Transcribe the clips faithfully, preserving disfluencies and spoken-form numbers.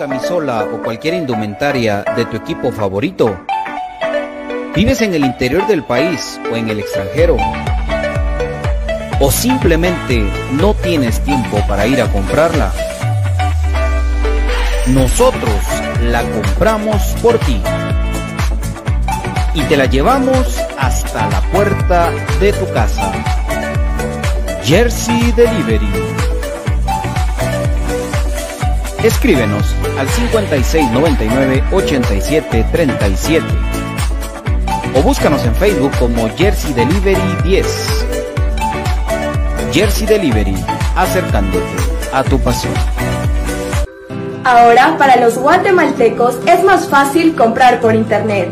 camisola o cualquier indumentaria de tu equipo favorito? ¿Vives en el interior del país o en el extranjero? ¿O simplemente no tienes tiempo para ir a comprarla? Nosotros la compramos por ti y te la llevamos hasta la puerta de tu casa. Jersey Delivery. Escríbenos al cincuenta y seis noventa y nueve ochenta y siete treinta y siete o búscanos en Facebook como Jersey Delivery diez. Jersey Delivery, acercándote a tu pasión. Ahora, para los guatemaltecos es más fácil comprar por internet.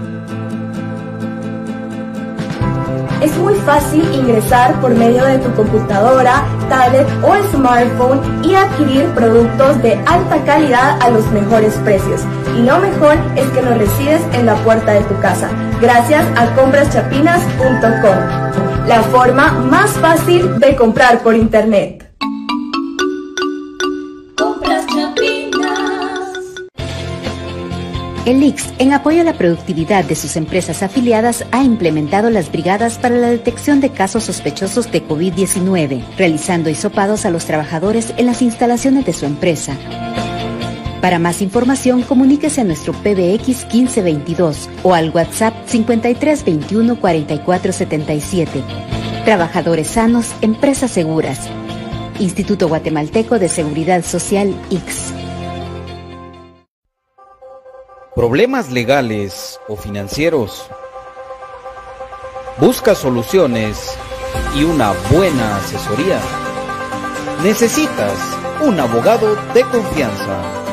Es muy fácil ingresar por medio de tu computadora, tablet o smartphone y adquirir productos de alta calidad a los mejores precios. Y lo mejor es que los recibes en la puerta de tu casa, gracias a compras chapinas punto com, la forma más fácil de comprar por internet. El I C S, en apoyo a la productividad de sus empresas afiliadas, ha implementado las brigadas para la detección de casos sospechosos de COVID diecinueve, realizando hisopados a los trabajadores en las instalaciones de su empresa. Para más información, comuníquese a nuestro P B X quince veintidós o al WhatsApp cincuenta y tres veintiuno cuarenta y cuatro setenta y siete. Trabajadores sanos, empresas seguras. Instituto Guatemalteco de Seguridad Social, I C S. ¿Problemas legales o financieros? ¿Busca soluciones y una buena asesoría? Necesitas un abogado de confianza.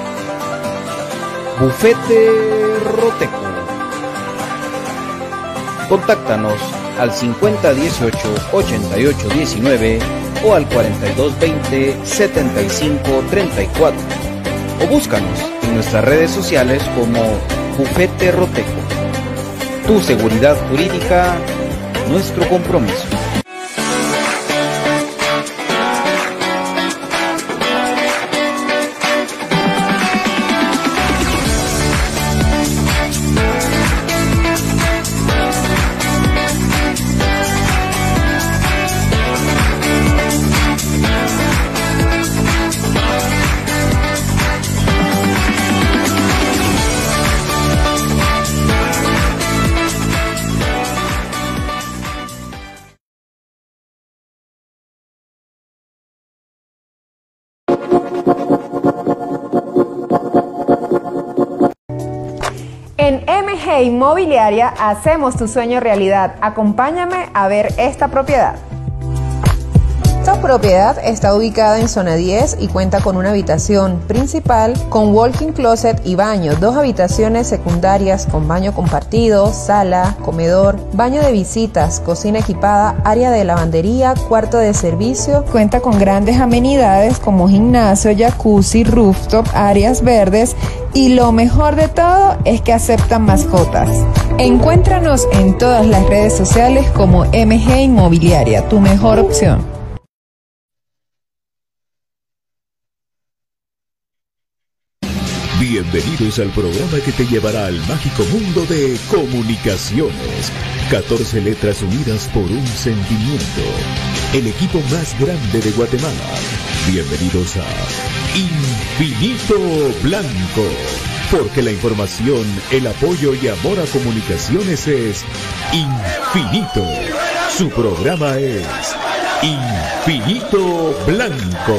Bufete Roteco. Contáctanos al cincuenta dieciocho ochenta y ocho diecinueve o al cuarenta y dos veinte setenta y cinco treinta y cuatro o búscanos en nuestras redes sociales como Bufete Roteco. Tu seguridad jurídica, nuestro compromiso. En M G Inmobiliaria hacemos tu sueño realidad. Acompáñame a ver esta propiedad. Esta propiedad está ubicada en zona diez y cuenta con una habitación principal con walk-in closet y baño, dos habitaciones secundarias con baño compartido, sala, comedor, baño de visitas, cocina equipada, área de lavandería, cuarto de servicio. Cuenta con grandes amenidades como gimnasio, jacuzzi, rooftop, áreas verdes y lo mejor de todo es que aceptan mascotas. Encuéntranos en todas las redes sociales como M G Inmobiliaria, tu mejor opción. Bienvenidos al programa que te llevará al mágico mundo de comunicaciones. catorce letras unidas por un sentimiento. El equipo más grande de Guatemala. Bienvenidos a Infinito Blanco. Porque la información, el apoyo y amor a comunicaciones es infinito. Su programa es Infinito Blanco.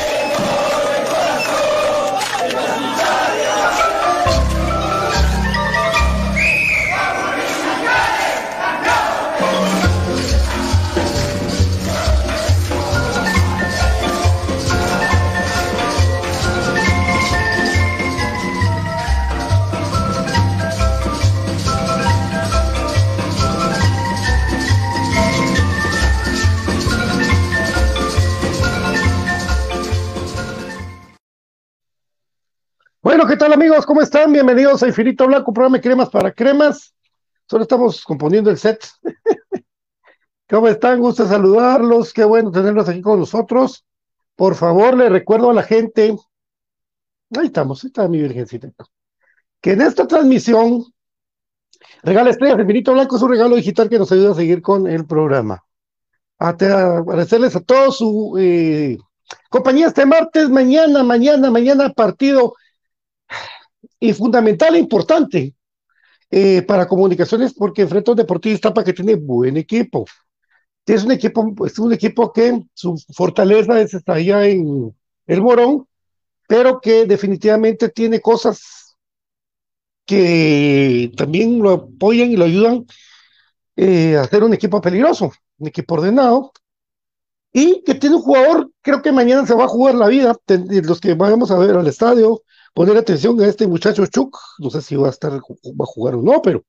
Bueno, ¿qué tal amigos? ¿Cómo están? Bienvenidos a Infinito Blanco, programa de cremas para cremas. Solo estamos componiendo el set. ¿Cómo están? Gusto saludarlos. Qué bueno tenerlos aquí con nosotros. Por favor, le recuerdo a la gente Ahí estamos, ahí está mi virgencita. Que en esta transmisión regala estrellas. Infinito Blanco es un regalo digital que nos ayuda a seguir con el programa. A te- a agradecerles a todos su eh, compañía este martes, mañana, mañana, mañana partido y fundamental e importante eh, para comunicaciones porque enfrenta a un Deportivo Iztapa que tiene buen equipo. Es un equipo, es un equipo que su fortaleza es está allá en el Morón, pero que definitivamente tiene cosas que también lo apoyan y lo ayudan eh, a ser un equipo peligroso, un equipo ordenado, y que tiene un jugador, creo que mañana se va a jugar la vida, ten- los que vayamos a ver al estadio, poner atención a este muchacho Chuk, no sé si va a estar, va a jugar o no, pero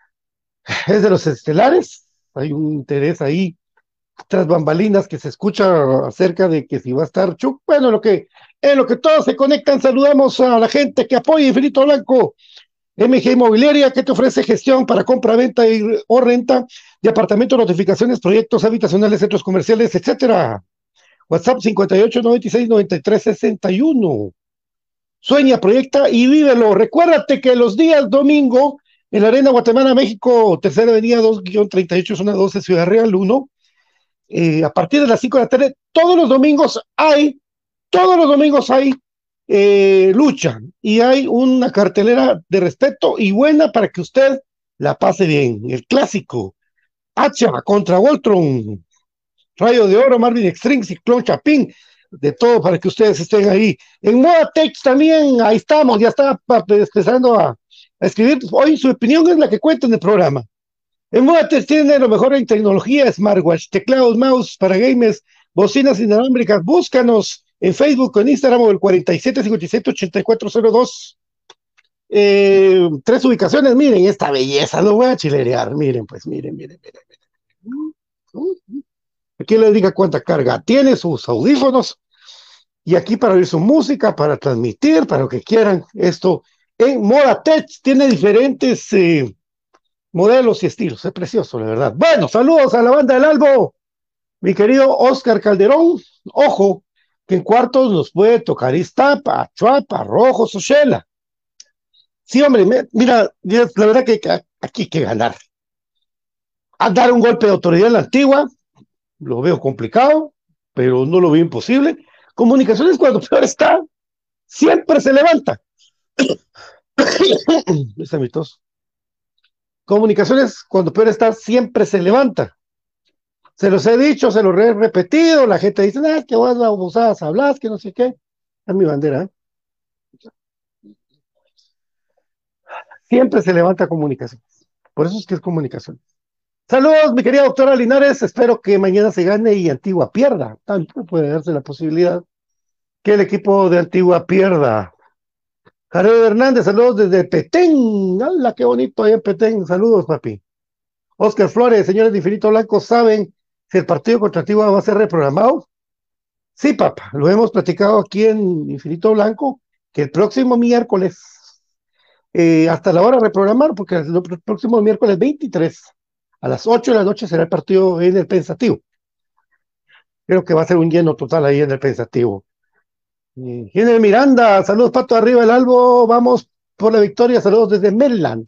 es de los estelares, hay un interés ahí tras bambalinas que se escucha acerca de que si va a estar Chuk, bueno, lo que, en lo que todos se conectan, saludamos a la gente que apoya Infinito Blanco. M G Inmobiliaria, que te ofrece gestión para compra, venta y, o renta de apartamentos, notificaciones, proyectos habitacionales, centros comerciales, etcétera. WhatsApp cincuenta y ocho noventa y seis noventa y tres sesenta y uno. Sueña, proyecta y vívelo. Recuérdate que los días domingo en la Arena Guatemala, México, Tercera Avenida dos treinta y ocho, zona doce, Ciudad Real uno, eh, a partir de las cinco de la tarde, todos los domingos hay, todos los domingos hay eh, lucha y hay una cartelera de respeto y buena para que usted la pase bien. El clásico, Hacha contra Voltron, Rayo de Oro, Marvin Extreme, Ciclón Chapín, de todo para que ustedes estén ahí. En Moda Tech también, ahí estamos, ya está empezando a, a escribir. Hoy su opinión es la que cuenta en el programa. En Modatex tiene lo mejor en tecnología, smartwatch, teclados, mouse para gamers, bocinas inalámbricas. Búscanos en Facebook o en Instagram o el cuarenta y siete cincuenta y siete ochenta y cuatro cero dos. Eh, tres ubicaciones, miren esta belleza, lo voy a chilerear, miren, pues, miren, miren, miren. miren. Aquí les diga cuánta carga tiene, sus audífonos, y aquí para oír su música, para transmitir, para lo que quieran. Esto en Modatex tiene diferentes eh, modelos y estilos, es precioso, la verdad. Bueno, saludos a la banda del Albo, mi querido Oscar Calderón. Ojo, que en cuartos nos puede tocar Iztapa, Chuapa, Rojo, Sochela. Sí, hombre, me, mira, la verdad que aquí hay que ganar. A dar un golpe de autoridad en la Antigua, lo veo complicado, pero no lo veo imposible. Comunicaciones cuando peor está, siempre se levanta. Esa es mi tos. Comunicaciones cuando peor está, siempre se levanta. Se los he dicho, se los he repetido, la gente dice, ah, que vos abusadas hablas, que no sé qué. Es mi bandera, ¿eh? Siempre se levanta comunicación. Por eso es que es comunicación. Saludos, mi querida doctora Linares. Espero que mañana se gane y Antigua pierda. Tanto puede darse la posibilidad que el equipo de Antigua pierda. Jared Hernández, saludos desde Petén. ¡Hala, qué bonito ahí en Petén! Saludos, papi. Oscar Flores, señores de Infinito Blanco, ¿saben si el partido contra Antigua va a ser reprogramado? Sí, papá, lo hemos platicado aquí en Infinito Blanco, que el próximo miércoles, eh, hasta la hora de reprogramar, porque el, el próximo miércoles veintitrés, a las ocho de la noche será el partido en el Pensativo. Creo que va a ser un lleno total ahí en el Pensativo. Gene Miranda, saludos, Pato, arriba el Albo, vamos por la victoria, saludos desde Maryland.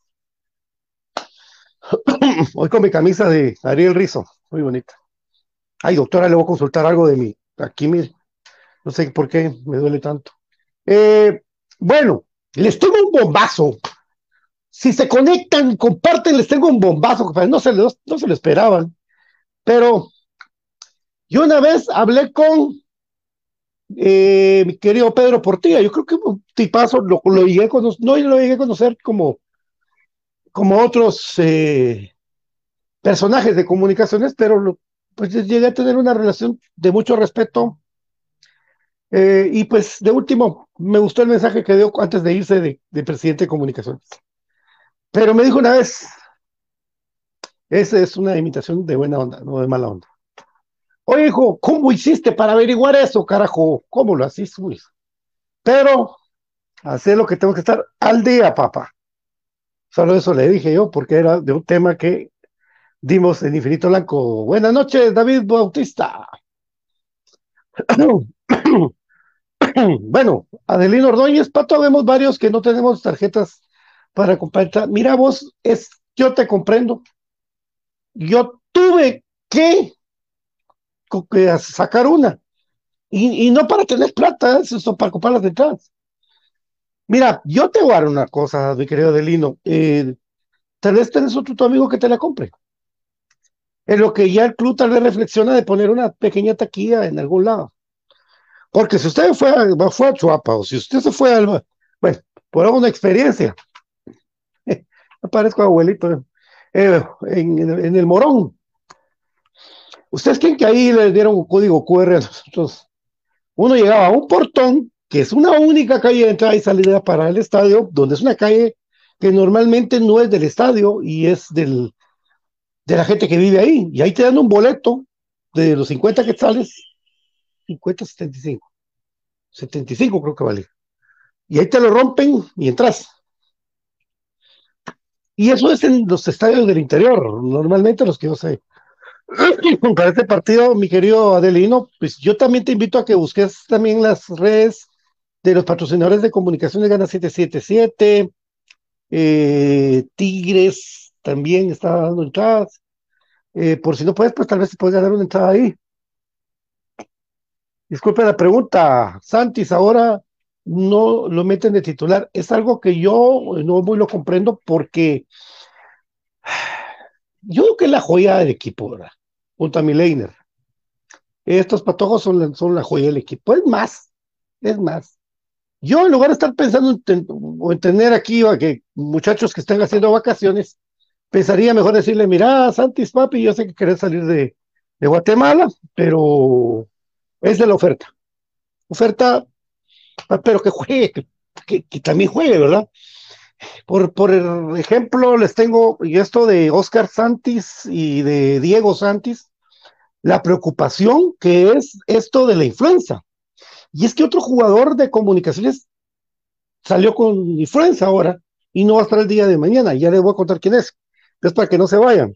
Hoy con mi camisa de Ariel Rizo, muy bonita. Ay, doctora, le voy a consultar algo de mí. Aquí, mire, no sé por qué me duele tanto. Eh, bueno, les tengo un bombazo. Si se conectan, comparten, les tengo un bombazo. No se, lo, no se lo esperaban. Pero yo una vez hablé con eh, mi querido Pedro Portilla. Yo creo que un tipazo, lo, lo llegué a conocer, no lo llegué a conocer como, como otros eh, personajes de comunicaciones, pero lo, pues llegué a tener una relación de mucho respeto. Eh, y pues de último, me gustó el mensaje que dio antes de irse de, de presidente de comunicaciones. Pero me dijo una vez, esa es una imitación de buena onda, no de mala onda. Oye, hijo, ¿cómo hiciste para averiguar eso, carajo? ¿Cómo lo hacís, Luis? Pero, hacer lo que tengo que estar al día, papá. Solo eso le dije yo, porque era de un tema que dimos en Infinito Blanco. Buenas noches, David Bautista. Bueno, Adelino Ordóñez, Pato, vemos varios que no tenemos tarjetas para comprar. Mira vos, es, yo te comprendo. Yo tuve que, que sacar una. Y, y, no para tener plata, eso para comprar las entradas. Mira, yo te voy a dar una cosa, mi querido Adelino. Eh, tal vez tenés otro tu amigo que te la compre. En lo que ya el club tal vez reflexiona de poner una pequeña taquilla en algún lado. Porque si usted fue a, fue a Chuapa o si usted se fue al... Bueno, por alguna experiencia. Me parezco abuelito. Eh, en, en, en el Morón. ¿Ustedes creen que ahí le dieron un código cu erre a nosotros? Uno llegaba a un portón, que es una única calle de entrada y salida para el estadio, donde es una calle que normalmente no es del estadio y es del, de la gente que vive ahí. Y ahí te dan un boleto de los cincuenta quetzales, cincuenta, setenta y cinco. setenta y cinco creo que vale. Y ahí te lo rompen y entras. Y eso es en los estadios del interior, normalmente los que yo sé. Para este partido, mi querido Adelino, pues yo también te invito a que busques también las redes de los patrocinadores de comunicaciones Gana siete siete siete, eh, Tigres también está dando entradas. Eh, por si no puedes, pues tal vez te puedes ganar una entrada ahí. Disculpe la pregunta, Santis, ahora no lo meten de titular. Es algo que yo no muy lo comprendo porque yo creo que es la joya del equipo, ¿verdad? Junto a Mileiner. Estos patojos son la, son la joya del equipo. Es más, es más. Yo en lugar de estar pensando en, ten, o en tener aquí a que muchachos que están haciendo vacaciones, pensaría mejor decirle, mira, Santis, papi, yo sé que querés salir de, de Guatemala, pero es de la oferta. Oferta, pero que juegue, que, que, que también juegue, ¿verdad? Por, por ejemplo, les tengo, y esto de Oscar Santis y de Diego Santis, la preocupación que es esto de la influenza. Y es que otro jugador de comunicaciones salió con influenza ahora y no va a estar el día de mañana. Ya les voy a contar quién es. Es para que no se vayan.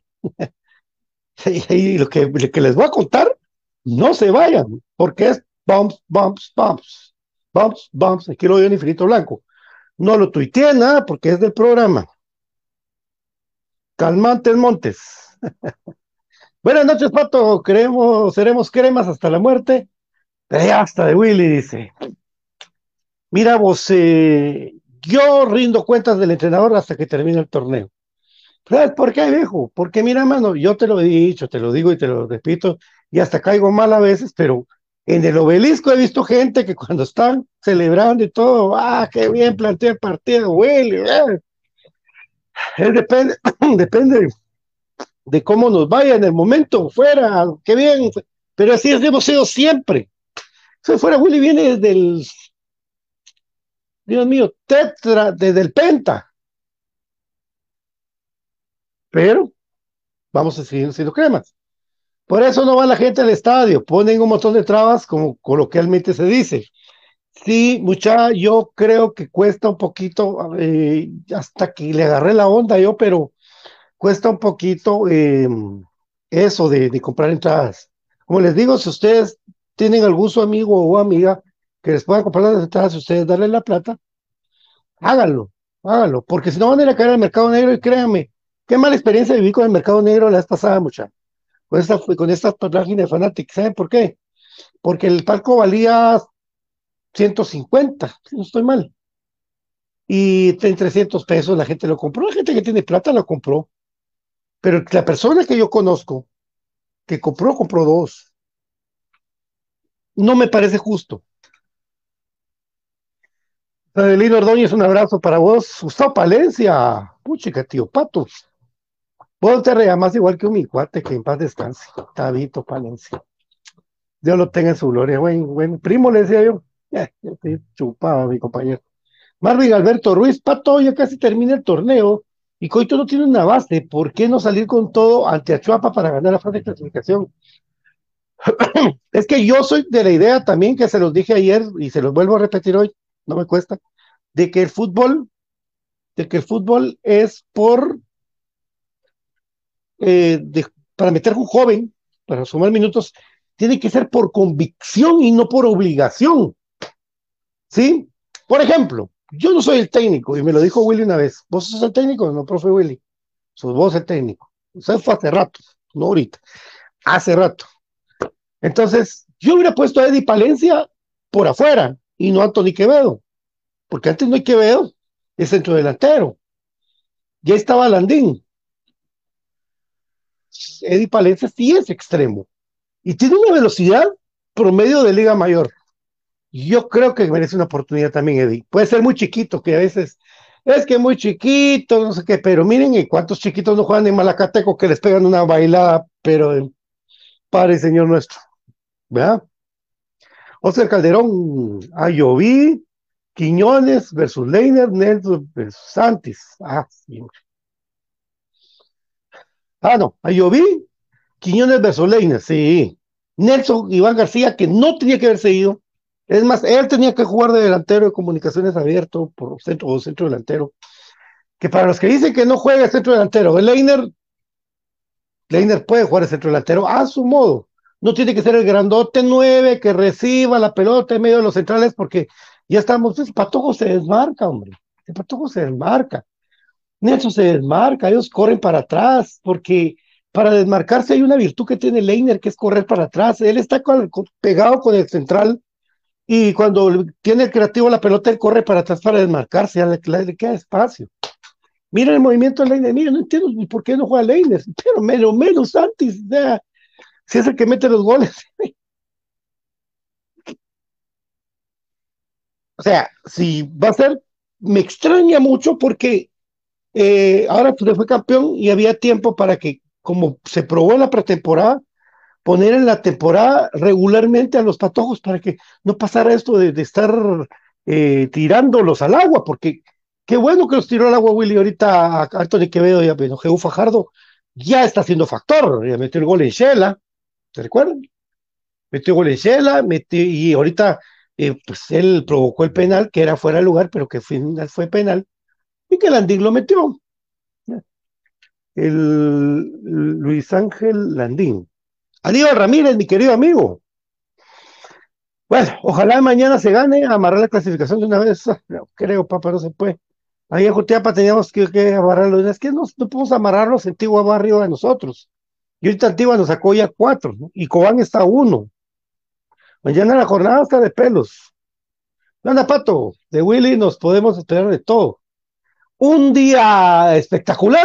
Y lo que, lo que les voy a contar, no se vayan, porque es bumps, bumps, bumps. Bumps, bumps. Aquí lo veo en Infinito Blanco. No lo tuiteé nada porque es del programa. Calmantes Montes. Buenas noches, Pato. Creemos, seremos cremas hasta la muerte. Pero ya hasta de Willy, dice. Mira vos, eh, yo rindo cuentas del entrenador hasta que termine el torneo. ¿Sabes por qué, viejo? Porque mira, mano, yo te lo he dicho, te lo digo y te lo repito, y hasta caigo mal a veces, pero en el Obelisco he visto gente que cuando están celebrando y todo, ah, qué bien plantea el partido, Willy. Eh. Es depende, depende de cómo nos vaya en el momento, fuera, qué bien, pero así hemos sido siempre. Si fuera Willy viene desde el, Dios mío, tetra, desde el penta. Pero vamos a seguir siendo cremas. Por eso no va la gente al estadio, ponen un montón de trabas, como coloquialmente se dice. Sí, mucha, yo creo que cuesta un poquito, eh, hasta que le agarré la onda yo, pero cuesta un poquito eh, eso de, de comprar entradas. Como les digo, si ustedes tienen algún su amigo o amiga que les pueda comprar las entradas, ustedes darle la plata, háganlo, háganlo, porque si no van a ir a caer al mercado negro, y créanme, qué mala experiencia viví con el mercado negro la vez pasada, mucha, con esta, con esta página de Fanatics. ¿Saben por qué? Porque el palco valía ciento cincuenta, si no estoy mal, y en trescientos pesos la gente lo compró, la gente que tiene plata lo compró, pero la persona que yo conozco, que compró, compró dos. No me parece justo. Adelino Ordóñez, un abrazo para vos. Gustavo Palencia, puchica, tío Pato. Vos te reamas igual que un mi cuate, que en paz descanse. Tabito Palencia. Dios lo tenga en su gloria. Buen, buen primo, le decía yo. Eh, yo te chupaba, mi compañero. Marvin Alberto Ruiz, Pato, ya casi termina el torneo y Coito no tiene una base. ¿Por qué no salir con todo ante Achuapa para ganar la fase de clasificación? Es que yo soy de la idea también, que se los dije ayer y se los vuelvo a repetir hoy, no me cuesta, de que el fútbol, de que el fútbol es por eh, de, para meter un joven, para sumar minutos, tiene que ser por convicción y no por obligación. ¿sí? Por ejemplo, yo no soy el técnico, y me lo dijo Willy una vez. ¿Vos sos el técnico? No, profe Willy. Sos vos el técnico. Usted fue hace rato, no ahorita, hace rato. Entonces, yo hubiera puesto a Eddie Palencia por afuera y no a Anthony Quevedo, porque antes no hay Quevedo, es centro delantero. Ya estaba Landín. Eddie Palencia sí es extremo y tiene una velocidad promedio de Liga Mayor. Yo creo que merece una oportunidad también, Eddie. Puede ser muy chiquito, que a veces es que muy chiquito, no sé qué, pero miren en cuántos chiquitos no juegan en Malacateco que les pegan una bailada, pero en Padre y Señor nuestro, ¿verdad? Oscar Calderón, Ayoví, Quiñones versus Leiner, Nelson versus Santis. Ah, sí. Ah, no, Ayoví, Quiñones versus Leiner, sí. Nelson Iván García, que no tenía que haberse ido. Es más, él tenía que jugar de delantero de comunicaciones abierto por centro o centro delantero. Que para los que dicen que no juega centro delantero, el Leiner, Leiner puede jugar de centro delantero a su modo. No tiene que ser el grandote nueve que reciba la pelota en medio de los centrales, porque ya estamos. Ese Patojo se desmarca, hombre. El Patojo se desmarca. Nelson se desmarca. Ellos corren para atrás, porque para desmarcarse hay una virtud que tiene Leiner, que es correr para atrás. Él está con, con, pegado con el central. Y cuando tiene el creativo la pelota, él corre para atrás para desmarcarse, ya le, le queda espacio. Mira el movimiento de Leiner, mira, no entiendo por qué no juega Leiner, pero menos, menos antes, o sea, si es el que mete los goles. O sea, si va a ser, me extraña mucho porque eh, ahora pues, fue campeón y había tiempo para que, como se probó en la pretemporada, poner en la temporada regularmente a los patojos para que no pasara esto de, de estar eh, tirándolos al agua, porque qué bueno que los tiró al agua Willy ahorita a Anthony Quevedo y a Jehu Fajardo, ya está siendo factor, ya metió el gol en Shela, ¿se recuerdan? Metió gol en Shela, metió, y ahorita eh, pues él provocó el penal, que era fuera de lugar, pero que final fue penal, y que Landín lo metió, el Luis Ángel Landín. Aníbal Ramírez, mi querido amigo. Bueno, ojalá mañana se gane, amarrar la clasificación de una vez. No, creo, papá, no se puede. Ahí en Jutiapa teníamos que, que amarrarlo. Es que no, no podemos amarrarlos, Antigua va arriba de nosotros. Y ahorita Antigua nos sacó ya cuatro, ¿no? Y Cobán está a uno. Mañana la jornada está de pelos. Anda, Pato, de Willy nos podemos esperar de todo. Un día espectacular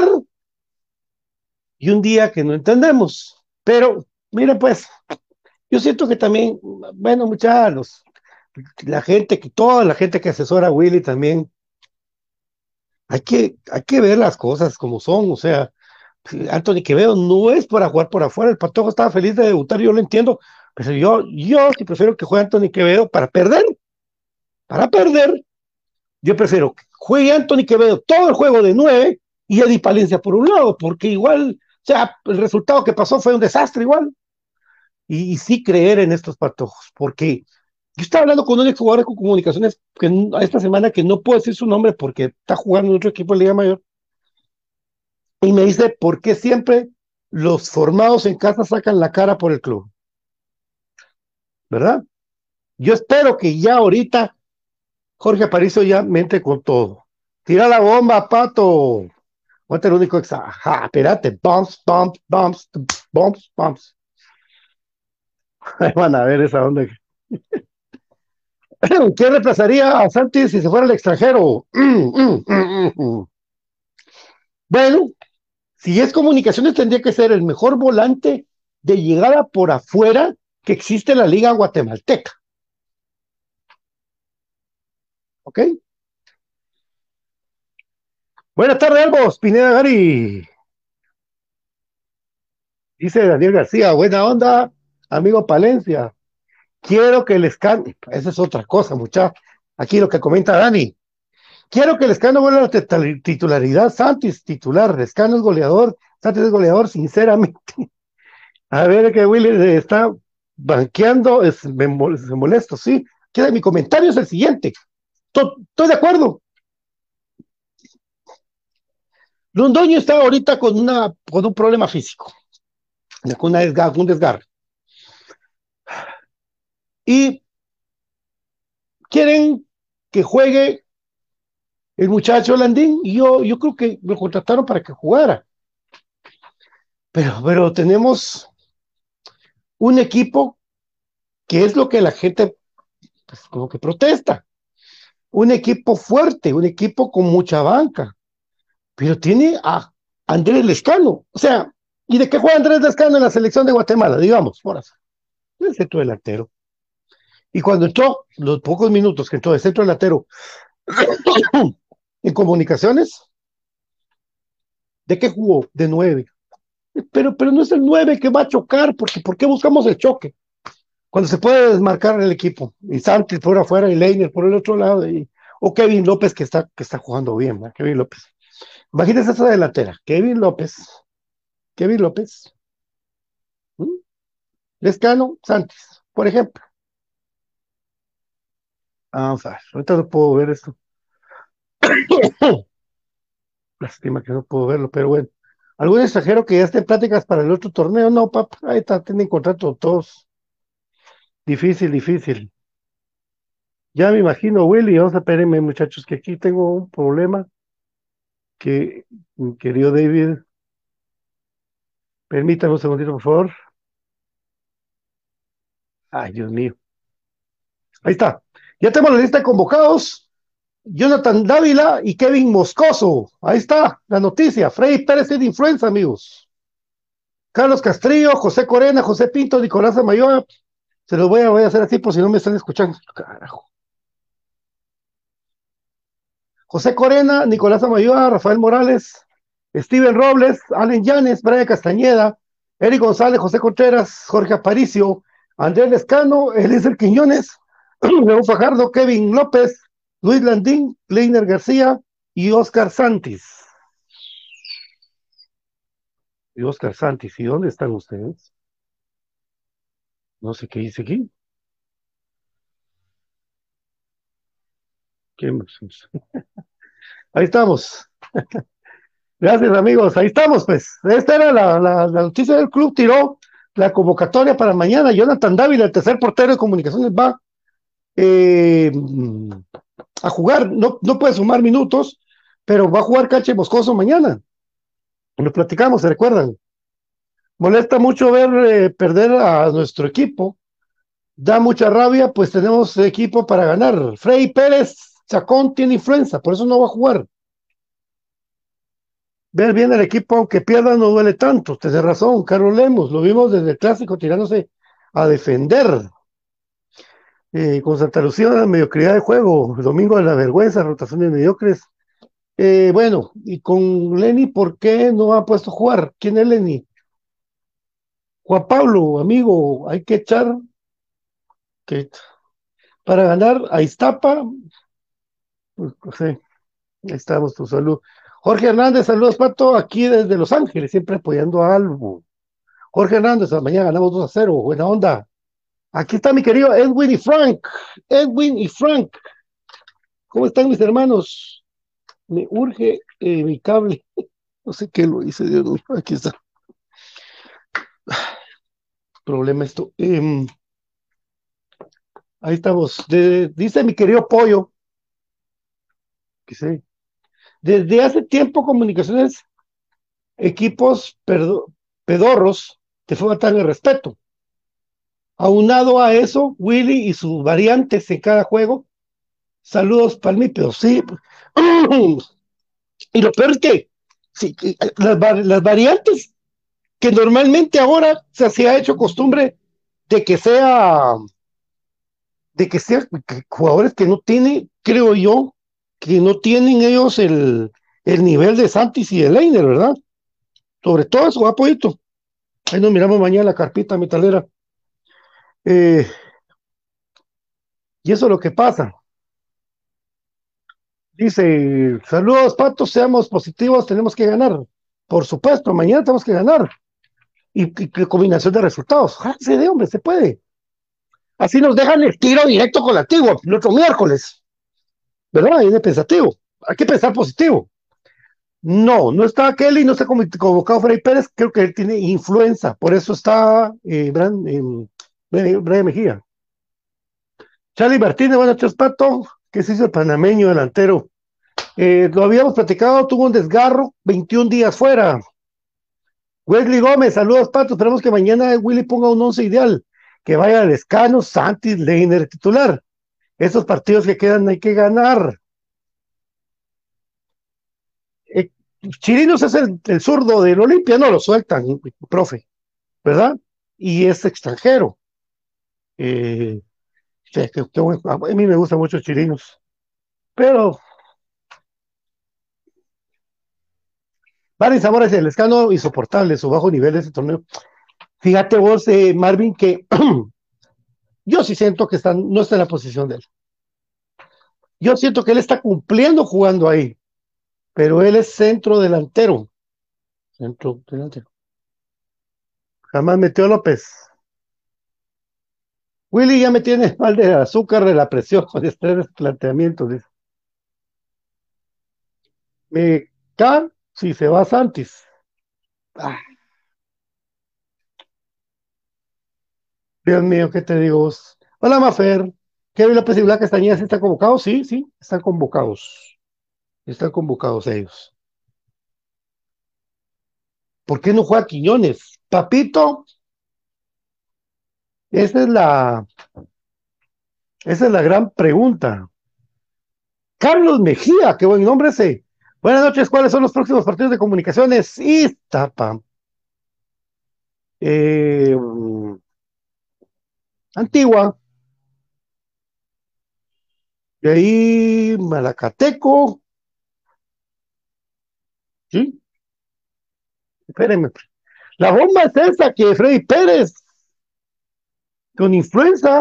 y un día que no entendemos. Pero, mire pues, yo siento que también, bueno, muchachos, la gente, que toda la gente que asesora a Willy también, hay que, hay que ver las cosas como son, o sea, Anthony Quevedo no es para jugar por afuera, el Patojo estaba feliz de debutar, yo lo entiendo, pero yo, yo sí prefiero que juegue Anthony Quevedo para perder, para perder, yo prefiero que juegue Anthony Quevedo todo el juego de nueve y Eddie Palencia por un lado, porque igual, o sea, el resultado que pasó fue un desastre igual, y, y sí creer en estos Patojos, porque yo estaba hablando con un exjugador de comunicaciones que esta semana que no puedo decir su nombre porque está jugando en otro equipo de Liga Mayor. Y me dice, ¿por qué siempre los formados en casa sacan la cara por el club? ¿Verdad? Yo espero que ya ahorita Jorge Aparicio ya mente con todo. Tira la bomba, Pato. Aguanta el único exa. Ajá, espérate. Bumps, bumps, bumps, bumps, bumps. Ahí van a ver esa onda. ¿Quién reemplazaría a Santi si se fuera al extranjero? Bueno, si es comunicaciones, tendría que ser el mejor volante de llegada por afuera que existe en la Liga Guatemalteca. ¿Ok? Buenas tardes, Albos, Pineda Gary. Dice Daniel García, buena onda, amigo Palencia. Quiero que el escándalo, esa es otra cosa, muchachos. Aquí lo que comenta Dani. Quiero que el escándalo vuelva a la titularidad. Santis titular, Lescano es goleador, Santis es goleador, sinceramente. A ver que Willy está banqueando, es, me, me molesto, sí. Queda, mi comentario es el siguiente. Estoy de acuerdo. Londoño está ahorita con, una, con un problema físico, con una desgar, un desgarre. Y quieren que juegue el muchacho Landín, y yo, yo creo que lo contrataron para que jugara. Pero, pero tenemos un equipo que es lo que la gente, pues, como que protesta. Un equipo fuerte, un equipo con mucha banca, pero tiene a Andrés Lescano. O sea, ¿y de qué juega Andrés Lescano en la selección de Guatemala? Digamos, por así, el centro delantero. Y cuando entró, los pocos minutos que entró de centro delantero en comunicaciones, ¿de qué jugó? De nueve. Pero, pero no es el nueve que va a chocar, porque ¿por qué buscamos el choque? Cuando se puede desmarcar el equipo. Y Santos por afuera y Leiner por el otro lado. Y, o Kevin López que está, que está jugando bien, ¿no? Kevin López. Imagínense esa delantera. Kevin López. Kevin López. ¿Mm? Lescano, Santos, por ejemplo. Vamos a ver. Ahorita no puedo ver esto. Lástima que no puedo verlo, pero bueno. ¿Algún extranjero que ya esté en pláticas para el otro torneo? No, papá. Ahí está, tienen contrato todos. Difícil, difícil. Ya me imagino, Willy. Vamos a espérenme, muchachos, que aquí tengo un problema. Que mi querido David, permítame un segundito, por favor. Ay, Dios mío. Ahí está. Ya tenemos la lista de convocados. Jonathan Dávila y Kevin Moscoso. Ahí está la noticia. Freddy Pérez es de influenza, amigos. Carlos Castrillo, José Corena, José Pinto, Nicolás Amayoa. Se los voy a, voy a hacer así por si no me están escuchando. Carajo. José Corena, Nicolás Amayoa, Rafael Morales, Steven Robles, Allen Llanes, Brian Castañeda, Eric González, José Contreras, Jorge Aparicio, Andrés Lescano, Eliezer Quiñones, León Fajardo, Kevin López, Luis Landín, Leiner García y Oscar Santis. Y Oscar Santis, ¿y dónde están ustedes? No sé qué dice aquí. ¿Quién? Ahí estamos. Gracias, amigos. Ahí estamos, pues. Esta era la, la, la noticia del club. Tiró la convocatoria para mañana. Jonathan Dávila, el tercer portero de comunicaciones, va eh, a jugar. No, no puede sumar minutos, pero va a jugar Cache Moscoso mañana. Lo platicamos, ¿se recuerdan? Molesta mucho ver eh, perder a nuestro equipo. Da mucha rabia, pues tenemos equipo para ganar. Freddy Pérez Chacón tiene influenza, por eso no va a jugar. Ver bien el equipo, aunque pierda, no duele tanto. Tenés razón, Carlos Lemos, lo vimos desde el clásico tirándose a defender. Eh, con Santa Lucía, la mediocridad de juego. El domingo de la vergüenza, rotaciones mediocres. Eh, bueno, y con Lenny, ¿por qué no ha puesto a jugar? ¿Quién es Lenny? Juan Pablo, amigo, hay que echar que para ganar a Iztapa. Pues, no sé, ahí estamos, tu salud. Jorge Hernández, saludos, Pato, aquí desde Los Ángeles, siempre apoyando a Albo. Jorge Hernández, mañana ganamos dos a cero, buena onda. Aquí está mi querido Edwin y Frank. Edwin y Frank. ¿Cómo están mis hermanos? Me urge eh, mi cable. No sé qué lo hice, Dios mío. Aquí está. Problema esto. Eh, ahí estamos. De, dice mi querido Pollo. Que sé. Desde hace tiempo comunicaciones, equipos perdo, pedorros, te faltan el respeto. Aunado a eso, Willy y sus variantes en cada juego. Saludos palmípedos, sí. Y lo peor es que sí, las, las variantes que normalmente ahora se, se ha hecho costumbre de que sea de que sean jugadores que no tienen, creo yo, que no tienen ellos el, el nivel de Santis y de Leiner, ¿verdad? Sobre todo eso, apoyito. Ahí nos miramos mañana la carpita metalera. Eh, y eso es lo que pasa. Dice, saludos, Patos, seamos positivos, tenemos que ganar. Por supuesto, mañana tenemos que ganar. Y, y, y combinación de resultados. ¡Jáse de hombre, se puede! Así nos dejan el tiro directo con la Antigua el otro miércoles. ¿Verdad? Ahí de pensativo. Hay que pensar positivo. No, no está Kelly, no está convocado Freddy Pérez, creo que él tiene influenza, por eso está eh, Brian, eh, Brian Mejía. Charlie Martínez, buenas noches, Pato. ¿Qué se hizo el panameño delantero? Eh, lo habíamos platicado, tuvo un desgarro, veintiún días fuera. Wesley Gómez, saludos, Pato. Esperamos que mañana Willy ponga un once ideal. Que vaya Lescano, Santis, Leiner titular. Esos partidos que quedan hay que ganar. Eh, Chirinos es el, el zurdo del Olimpia, no lo sueltan, profe, ¿verdad? Y es extranjero. Eh, que, que, que, a mí me gusta mucho Chirinos. Pero Barry Zamora es el Lescano insoportable, su bajo nivel de ese torneo. Fíjate vos, eh, Marvin, que yo sí siento que están, no está en la posición de él. Yo siento que él está cumpliendo jugando ahí, pero él es centro delantero. Centro delantero. Jamás metió a López. Willy ya me tiene mal de azúcar de la presión con este planteamiento. Dice. Me cae si se va Santis. Ah, Dios mío, ¿qué te digo vos? Hola, Mafer. Kevin López y Blanca Castañeda están convocados. Sí, sí, están convocados. Están convocados ellos. ¿Por qué no juega Quiñones? Papito, esa es la, esa es la gran pregunta. Carlos Mejía, qué buen nombre ese. Buenas noches, ¿cuáles son los próximos partidos de Comunicaciones? Iztapa. Eh, Antigua. De ahí Malacateco. ¿Sí? Espérenme. La bomba es esa que Freddy Pérez con influenza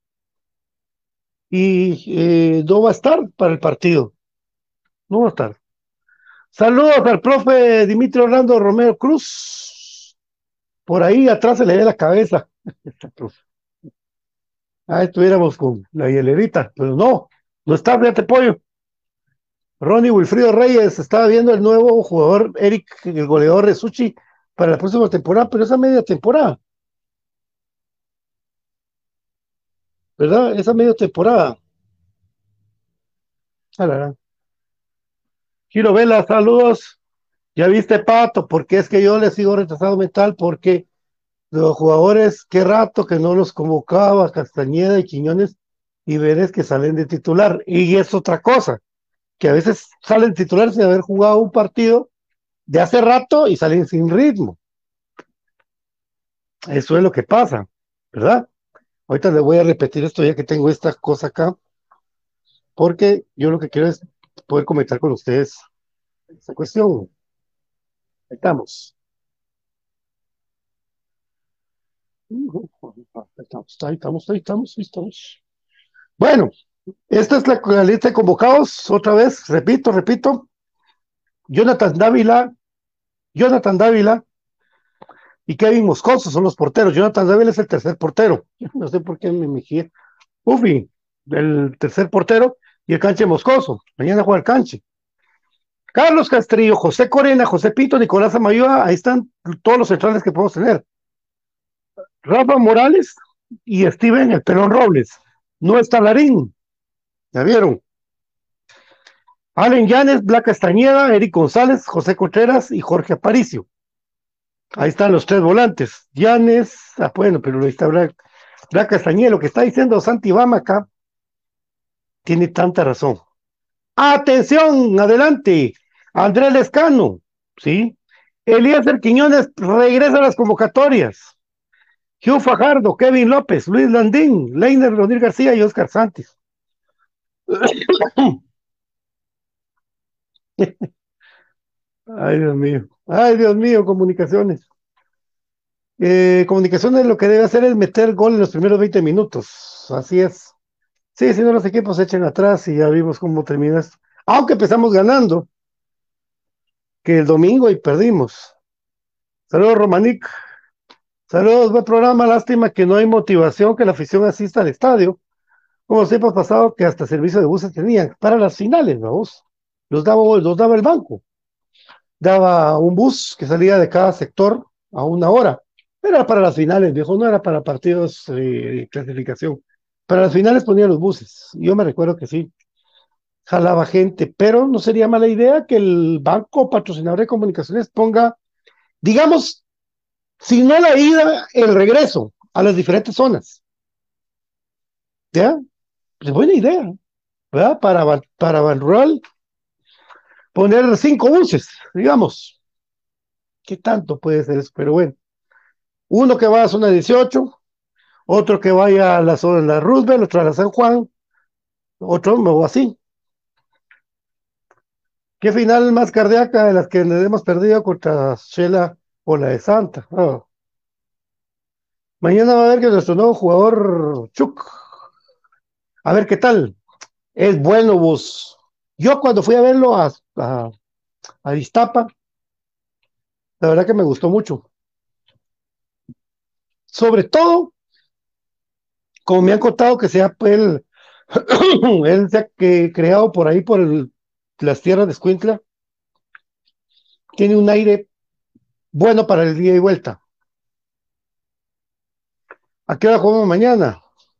y eh, no va a estar para el partido. No va a estar. Saludos al profe Dimitri Orlando Romero Cruz. Por ahí atrás se le ve la cabeza. Ah, estuviéramos con la hielerita, pero no, no está, fíjate, pollo. Ronnie Wilfrido Reyes estaba viendo el nuevo jugador Eric, el goleador de Suchi, para la próxima temporada, pero esa media temporada, ¿verdad? Esa media temporada. Alarán. Giro Vela, saludos. Ya viste, Pato, porque es que yo le sigo retrasado mental, porque los jugadores, qué rato que no los convocaba, Castañeda y Quiñones, y verés que salen de titular. Y es otra cosa, que a veces salen titulares sin haber jugado un partido de hace rato y salen sin ritmo. Eso es lo que pasa, ¿verdad? Ahorita le voy a repetir esto ya que tengo esta cosa acá, porque yo lo que quiero es poder comentar con ustedes esta cuestión. Ahí estamos. Ahí estamos, ahí estamos, ahí estamos, ahí estamos. Bueno, esta es la, la lista de convocados, otra vez, repito, repito. Jonathan Dávila, Jonathan Dávila y Kevin Moscoso son los porteros. Jonathan Dávila es el tercer portero. No sé por qué me mejía. Ufi, el tercer portero, y el Canche Moscoso. Mañana juega el Canche. Carlos Castrillo, José Corena, José Pinto, Nicolás Amayoa, ahí están todos los centrales que podemos tener. Rafa Morales y Steven el Pelón Robles. No está Larín. ¿Ya vieron? Allen Llanes, Blanca Castañeda, Eric González, José Contreras y Jorge Aparicio. Ahí están los tres volantes. Llanes, ah, bueno, pero ahí está Blanca, Blanca Castañeda. Lo que está diciendo Santi Bama acá tiene tanta razón. Atención, adelante. Andrés Lescano, ¿sí? Elías Quiñones regresa a las convocatorias. Hugh Fajardo, Kevin López, Luis Landín, Leiner Leonel García y Oscar Santis. Ay, Dios mío. Ay, Dios mío, comunicaciones. Eh, comunicaciones lo que debe hacer es meter gol en los primeros veinte minutos. Así es. Sí, si no los equipos se echen atrás y ya vimos cómo termina esto. Aunque empezamos ganando, que el domingo y perdimos. Saludos, Romanic. Saludos, buen programa. Lástima que no hay motivación que la afición asista al estadio. Como siempre ha pasado que hasta servicio de buses tenían para las finales, vamos. Los daba, los daba el banco. Daba un bus que salía de cada sector a una hora. Era para las finales, viejo, no era para partidos eh, de clasificación. Para las finales ponían los buses. Yo me recuerdo que sí. jalaba gente, pero no sería mala idea que el banco patrocinador de comunicaciones ponga, digamos, si no la ida, el regreso a las diferentes zonas. ¿Ya? Es buena idea, ¿verdad? Para, Ban- para Banrural, poner cinco buses, digamos. ¿Qué tanto puede ser eso? Pero bueno, uno que va a zona dieciocho, otro que vaya a la zona de la Roosevelt, otro a la San Juan, otro o así. ¿Qué final más cardíaca de las que le hemos perdido contra Shela o la de Santa? Ah. Mañana va a ver que nuestro nuevo jugador Chuk, a ver qué tal. Es bueno, vos. Yo cuando fui a verlo a, a, a Iztapa, la verdad que me gustó mucho. Sobre todo, como me han contado que sea pues, él, él se ha que, creado por ahí, por el, las tierras de Escuintla, tiene un aire bueno para el día y vuelta. ¿A qué hora jugamos mañana?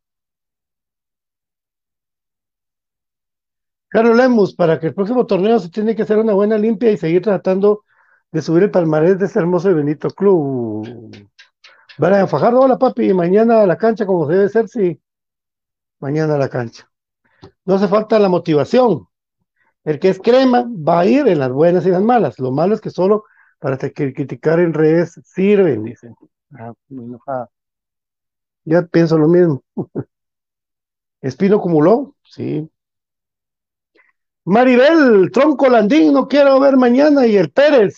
Carlos Lemus, para que el próximo torneo se tiene que hacer una buena limpia y seguir tratando de subir el palmarés de ese hermoso y bonito club. Brian Fajardo, hola papi, mañana a la cancha como debe ser, sí, mañana a la cancha. No hace falta la motivación. El que es crema va a ir en las buenas y las malas. Lo malo es que solo para que criticar en redes sirven, dicen. Ah, muy enojada. Ya pienso lo mismo. Espino acumuló, sí. Maribel, Tronco Landín, no quiero ver mañana. Y el Pérez.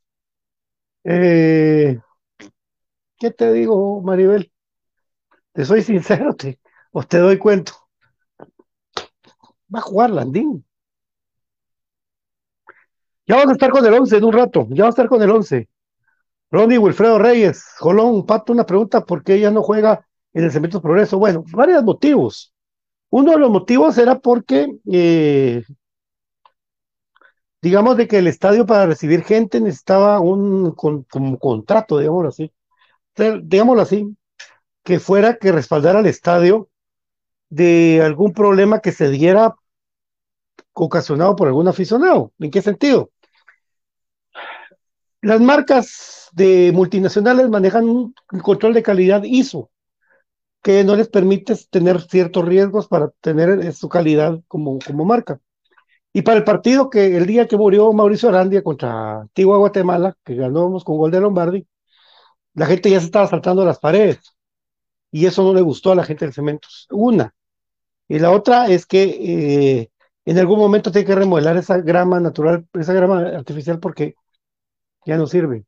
Eh, ¿Qué te digo, Maribel? Te soy sincero, te, o te doy cuento. Va a jugar Landín. Ya vamos a estar con el once en un rato. Ya vamos a estar con el once. Ronnie Wilfredo Reyes, Jolón, Pato, una pregunta, ¿por qué ella no juega en el Cementos Progreso? Bueno, varios motivos. Uno de los motivos era porque, eh, digamos, de que el estadio para recibir gente necesitaba un con, como contrato, digámoslo así, digámoslo así, que fuera que respaldara al estadio de algún problema que se diera ocasionado por algún aficionado. ¿En qué sentido? Las marcas de multinacionales manejan un control de calidad I S O que no les permite tener ciertos riesgos para tener su calidad como, como marca. Y para el partido que el día que murió Mauricio Arandia contra Antigua Guatemala, que ganamos con gol de Lombardi, la gente ya se estaba saltando las paredes y eso no le gustó a la gente del Cementos. Una. Y la otra es que eh, en algún momento tiene que remodelar esa grama natural, esa grama artificial porque ya no sirve.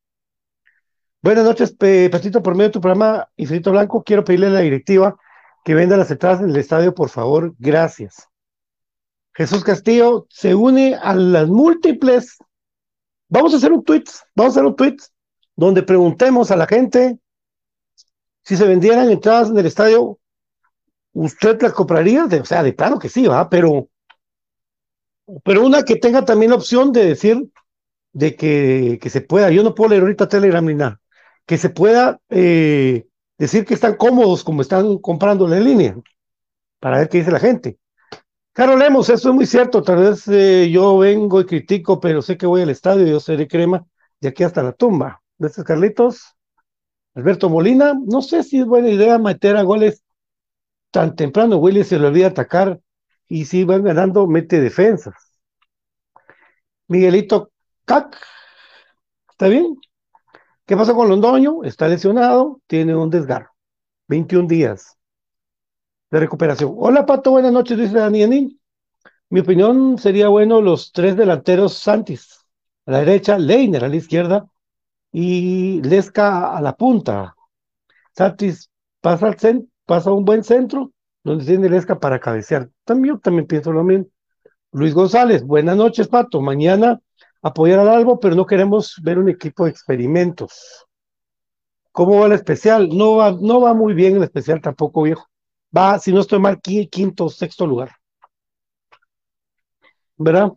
Buenas noches, Pe- Petito, por medio de tu programa Infinito Blanco, quiero pedirle a la directiva que venda las entradas en el estadio, por favor, gracias. Jesús Castillo se une a las múltiples. Vamos a hacer un tweet, vamos a hacer un tweet donde preguntemos a la gente si se vendieran entradas en el estadio, ¿usted las compraría? De, o sea, de plano que sí, va, pero, pero una que tenga también la opción de decir de que, que se pueda, yo no puedo leer ahorita Telegram ni nada, que se pueda eh, decir que están cómodos como están comprando en línea, para ver qué dice la gente. Carlos Lemos, eso es muy cierto, tal vez eh, yo vengo y critico, pero sé que voy al estadio y yo seré crema de aquí hasta la tumba. De estos Carlitos, Alberto Molina, no sé si es buena idea meter a goles tan temprano, Willy se le olvida atacar y si van ganando, mete defensas. Miguelito Cac, ¿está bien? ¿Qué pasó con Londoño? Está lesionado, tiene un desgarro, veintiún días de recuperación. Hola Pato, buenas noches, dice Daniel. Mi opinión sería bueno los tres delanteros Santis, a la derecha, Leiner a la izquierda y Lesca a la punta. Santis pasa, al cent pasa a un buen centro donde tiene Lesca para cabecear. También, también pienso lo mismo. Luis González, buenas noches, Pato. Mañana apoyar al Albo, pero no queremos ver un equipo de experimentos. ¿Cómo va el especial? No va, no va muy bien el especial tampoco, viejo. Va, si no estoy mal, quinto, sexto lugar. ¿Verdad?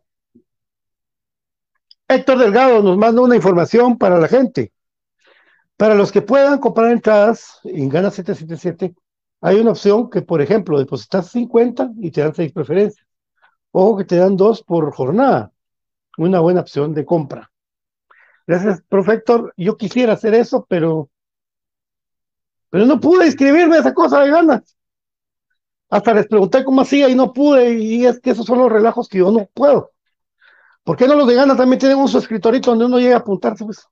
Héctor Delgado nos manda una información para la gente. Para los que puedan comprar entradas en Gana siete siete siete, hay una opción que, por ejemplo, depositas cincuenta y te dan seis preferencias. Ojo que te dan dos por jornada. Una buena opción de compra. Gracias, Profector. Yo quisiera hacer eso, pero, pero no pude inscribirme a esa cosa de ganas. Hasta les pregunté cómo hacía y no pude. Y es que esos son los relajos que yo no puedo. ¿Por qué no los de ganas también tienen un suscriptorito donde uno llega a apuntarse, pues?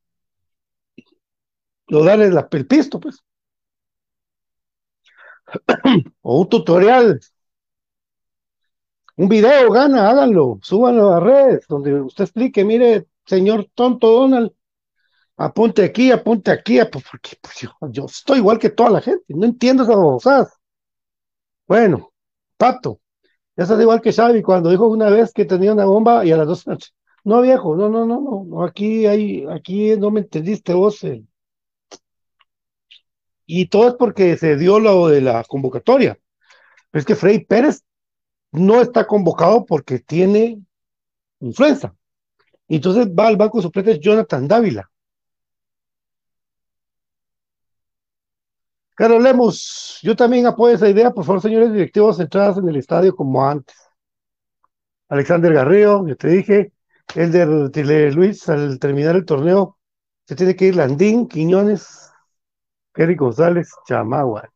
O darle la, el pisto, pues. O un tutorial. Un video, gana, háganlo. Súbanlo a las redes, donde usted explique, mire, señor tonto Donald, apunte aquí, apunte aquí, pues, porque pues, yo, yo estoy igual que toda la gente, no entiendo esas cosas. Bueno, Pato, ya estás igual que Xavi cuando dijo una vez que tenía una bomba y a las dos de la noche. No, viejo, no, no, no, no, no, aquí hay, aquí no me entendiste vos. eh. Y todo es porque se dio lo de la convocatoria. Pero es que Freddy Pérez no está convocado porque tiene influenza. Y entonces va al banco de suplentes Jonathan Dávila. Carlos Lemos, yo también apoyo esa idea, por favor, señores directivos, entradas en el estadio como antes. Alexander Garrido, yo te dije, Elder Tile Luis, al terminar el torneo, se tiene que ir Landín, Quiñones, Kerry González, Chamagua.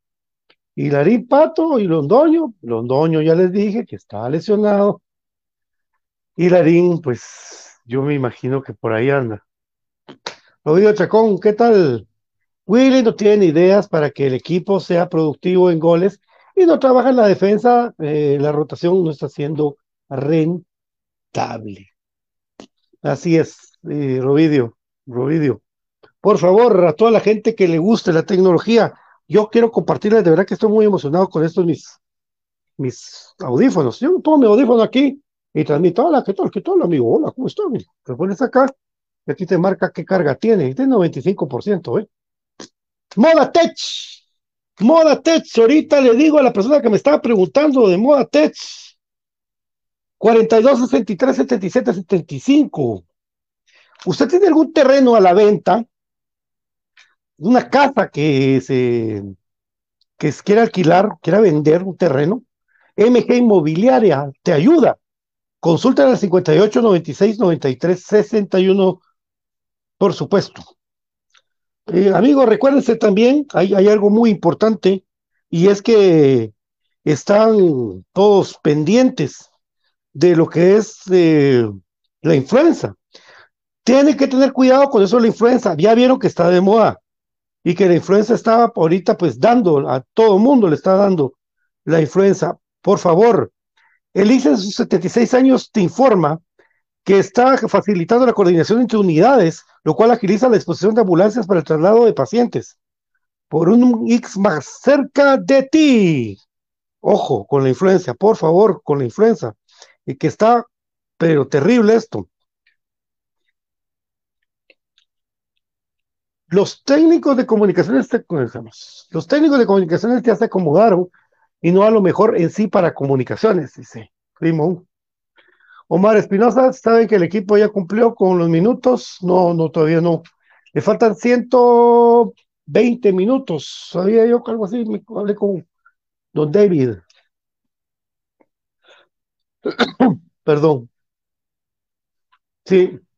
Y Larín Pato y Londoño, Londoño ya les dije que estaba lesionado. Y Larín, pues yo me imagino que por ahí anda. Rodrigo Chacón, ¿qué tal? Willy no tiene ideas para que el equipo sea productivo en goles y no trabaja en la defensa, eh, la rotación no está siendo rentable. Así es, eh, Rovidio, Rovidio. Por favor, a toda la gente que le guste la tecnología, yo quiero compartirles, de verdad que estoy muy emocionado con estos mis, mis audífonos. Yo pongo mi audífono aquí y transmito, hola, ¿qué tal? ¿Qué tal, amigo? Hola, ¿cómo estás? Te pones acá y aquí te marca qué carga tiene, y tiene noventa y cinco por ciento, ¿eh? Moda Tech, Moda Tech, ahorita le digo a la persona que me estaba preguntando de Moda Tech, cuarenta y dos, sesenta y tres, setenta y siete, setenta y cinco. ¿Usted tiene algún terreno a la venta? Una casa que se que quiera alquilar, quiera vender un terreno, M G Inmobiliaria te ayuda. Consulta al cincuenta y ocho, noventa y seis, noventa y tres, sesenta y uno, por supuesto. Eh, amigos, recuérdense también, hay, hay algo muy importante, y es que están todos pendientes de lo que es eh, la influenza. Tienen que tener cuidado con eso de la influenza. Ya vieron que está de moda y que la influenza estaba ahorita pues dando, a todo mundo le está dando la influenza. Por favor, el I C E en sus setenta y seis años te informa que está facilitando la coordinación entre unidades, lo cual agiliza la disposición de ambulancias para el traslado de pacientes por un X más cerca de ti. Ojo con la influenza, por favor, con la influenza, y que está, pero terrible esto. Los técnicos de comunicaciones, te, los técnicos de comunicaciones ya se acomodaron y no a lo mejor en sí para comunicaciones, dice Primo. Omar Espinosa, ¿saben que el equipo ya cumplió con los minutos? No, no, todavía no. Le faltan ciento veinte minutos. Sabía yo que algo así, me hablé con don David. Perdón. Sí.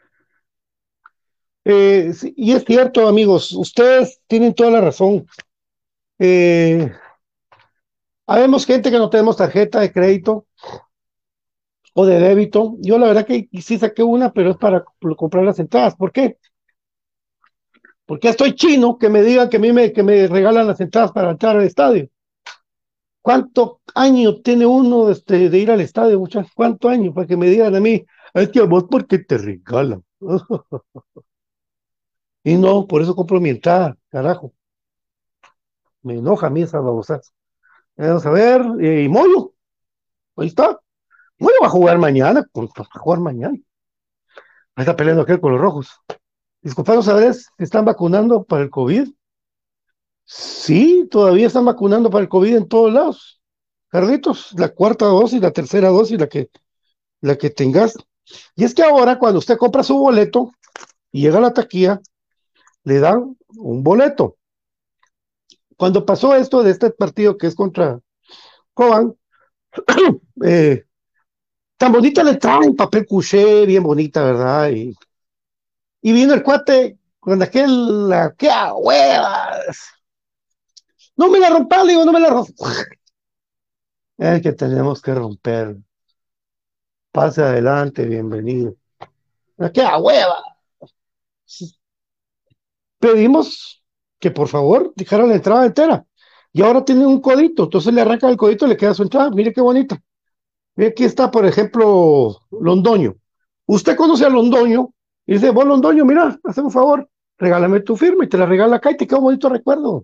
Eh, sí. Y es cierto, amigos, ustedes tienen toda la razón. Eh, habemos gente que no tenemos tarjeta de crédito o de débito. Yo la verdad que sí saqué una, pero es para comprar las entradas. ¿Por qué? Porque estoy chino que me digan que a mí me, que me regalan las entradas para entrar al estadio. ¿Cuánto año tiene uno de, este, de ir al estadio, muchachos? ¿Cuánto año? Para que me digan a mí, es que a vos porque te regalan. Y no, por eso compro mi entrada, carajo. Me enoja a mí esa babosas. Vamos a ver, eh, y Moyo, ahí está. Moyo va a jugar mañana, va a jugar mañana. Ahí está peleando aquel con los rojos. Disculpanos, ¿sabes si están vacunando para el COVID? Sí, todavía están vacunando para el COVID en todos lados. Carlitos, la cuarta dosis, la tercera dosis, la que, la que tengas. Y es que ahora, cuando usted compra su boleto y llega a la taquilla, le dan un boleto. Cuando pasó esto de este partido que es contra Cobán, eh, Tan bonita le traen, papel couché, bien bonita, ¿verdad? Y, y vino el cuate con aquel, la, ¡qué a huevas! No me la rompa, le digo, no me la rompa. Es que tenemos que romper. Pase adelante, bienvenido. ¡Qué a hueva! Pedimos que por favor dejara la entrada entera. Y ahora tiene un codito, entonces le arranca el codito y le queda su entrada. Mire qué bonito. Mire, aquí está, por ejemplo, Londoño. Usted conoce a Londoño y dice, vos Londoño, mira, hazme un favor, regálame tu firma y te la regala acá y te queda un bonito recuerdo.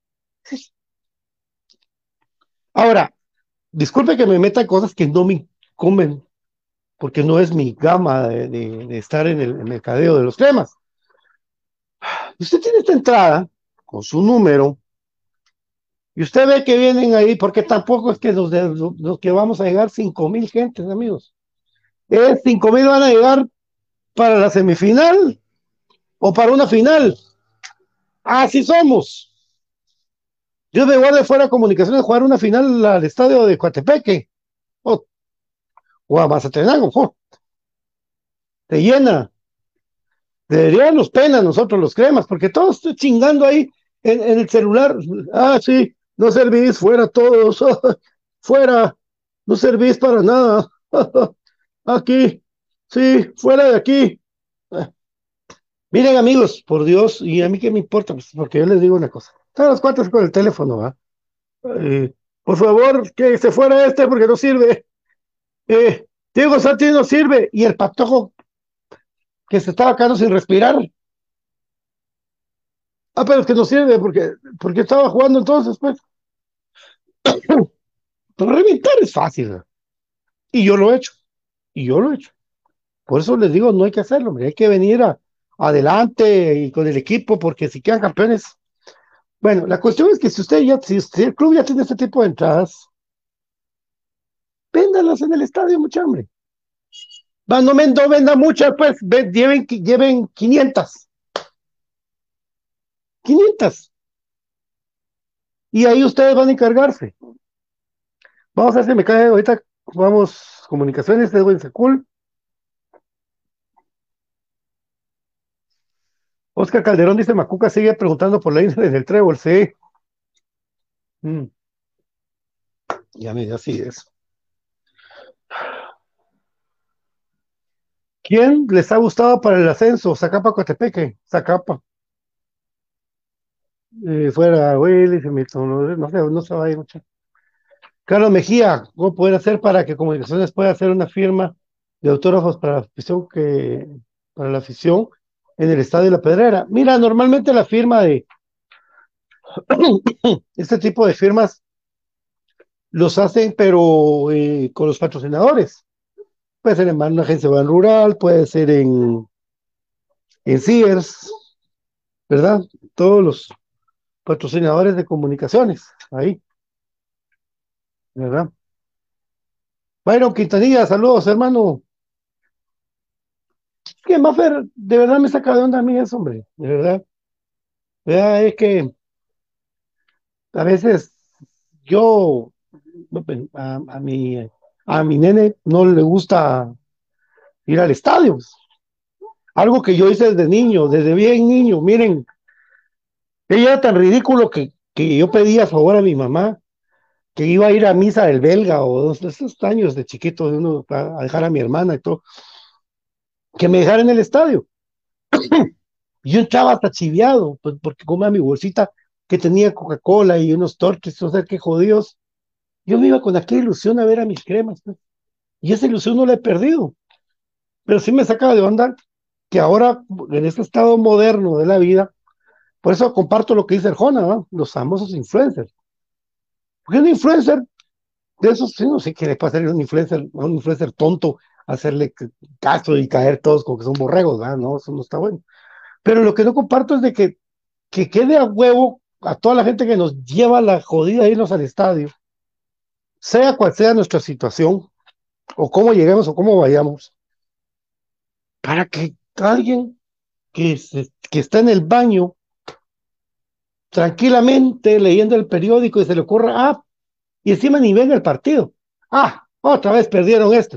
Ahora, disculpe que me meta en cosas que no me comen, porque no es mi gama de, de, de estar en el, en el mercadeo de los cremas. Usted tiene esta entrada con su número y usted ve que vienen ahí, porque tampoco es que los, de, los que vamos a llegar cinco mil gentes, amigos. Es cinco mil van a llegar para la semifinal o para una final. Así somos. Yo me guardo fuera de comunicaciones jugar una final al estadio de Coatepeque o, o a Mazatenango. Oh, te llena. Deberían los penas nosotros los cremas, porque todos estoy chingando ahí en, en el celular. Ah, sí, no servís, fuera todos, fuera, no servís para nada. Aquí, sí, fuera de aquí. Ah, miren amigos, por Dios, y a mí qué me importa, pues, porque yo les digo una cosa. Todas las cuantas con el teléfono, ¿va? Eh, por favor, que se fuera este porque no sirve. Eh, Diego Santi no sirve. Y el patojo que se estaba quedando sin respirar. Ah, pero es que no sirve porque, porque estaba jugando entonces, pues. Pero reventar es fácil, ¿no? Y yo lo he hecho. Y yo lo he hecho. Por eso les digo, no hay que hacerlo, hombre. Hay que venir a, adelante y con el equipo, porque si quedan campeones. Bueno, la cuestión es que si usted ya, si usted, el club ya tiene este tipo de entradas, véndalas en el estadio, mucha hambre. Va, no, me, no venda muchas, pues, ve, lleven, lleven quinientas. quinientas. Y ahí ustedes van a encargarse. Vamos a ver si me cae ahorita. Vamos, comunicaciones de Edwin Secul. Oscar Calderón dice: Macuca sigue preguntando por la isla en el trébol. Sí. Mm. Ya me así es. ¿Quién les ha gustado para el ascenso? Zacapa Cotepeque. Zacapa. Eh, fuera Willy, Milton, no, no sé, no se va a ir mucho. Carlos Mejía, ¿cómo poder hacer para que Comunicaciones pueda hacer una firma de autógrafos para la afición que para la afición en el Estadio de la Pedrera? Mira, normalmente la firma de este tipo de firmas los hacen, pero eh, con los patrocinadores. Puede ser en una agencia Ban Rural, puede ser en, en Sears, ¿verdad? Todos los patrocinadores de comunicaciones, ahí, ¿verdad? Byron Quintanilla, saludos, hermano. Que Maffer, de verdad me saca de onda a mí eso, hombre, de verdad. ¿Verdad? Es que a veces yo, a, a mi, a mi nene no le gusta ir al estadio. Algo que yo hice desde niño, desde bien niño. Miren, ella era tan ridículo que, que yo pedía a favor a mi mamá que iba a ir a misa del belga o dos, esos años de chiquito de uno a dejar a mi hermana y todo, que me dejara en el estadio. Y yo entraba hasta chiviado, pues, porque comía mi bolsita que tenía Coca-Cola y unos torches, o sea, qué jodidos. Yo me iba con aquella ilusión a ver a mis cremas, pues, y esa ilusión no la he perdido. Pero sí me saca de onda que ahora, en este estado moderno de la vida, por eso comparto lo que dice el Jona, ¿no? Los famosos influencers. Porque un influencer de esos, sí, no sé qué le puede hacer a un influencer, a un influencer tonto, hacerle caso y caer todos como que son borregos, ¿verdad? No, eso no está bueno. Pero lo que no comparto es de que, que quede a huevo a toda la gente que nos lleva la jodida a irnos al estadio, sea cual sea nuestra situación, o cómo lleguemos o cómo vayamos, para que alguien que, se, que está en el baño tranquilamente leyendo el periódico y se le ocurra, ah, y encima ni ven el partido. Ah, otra vez perdieron esto.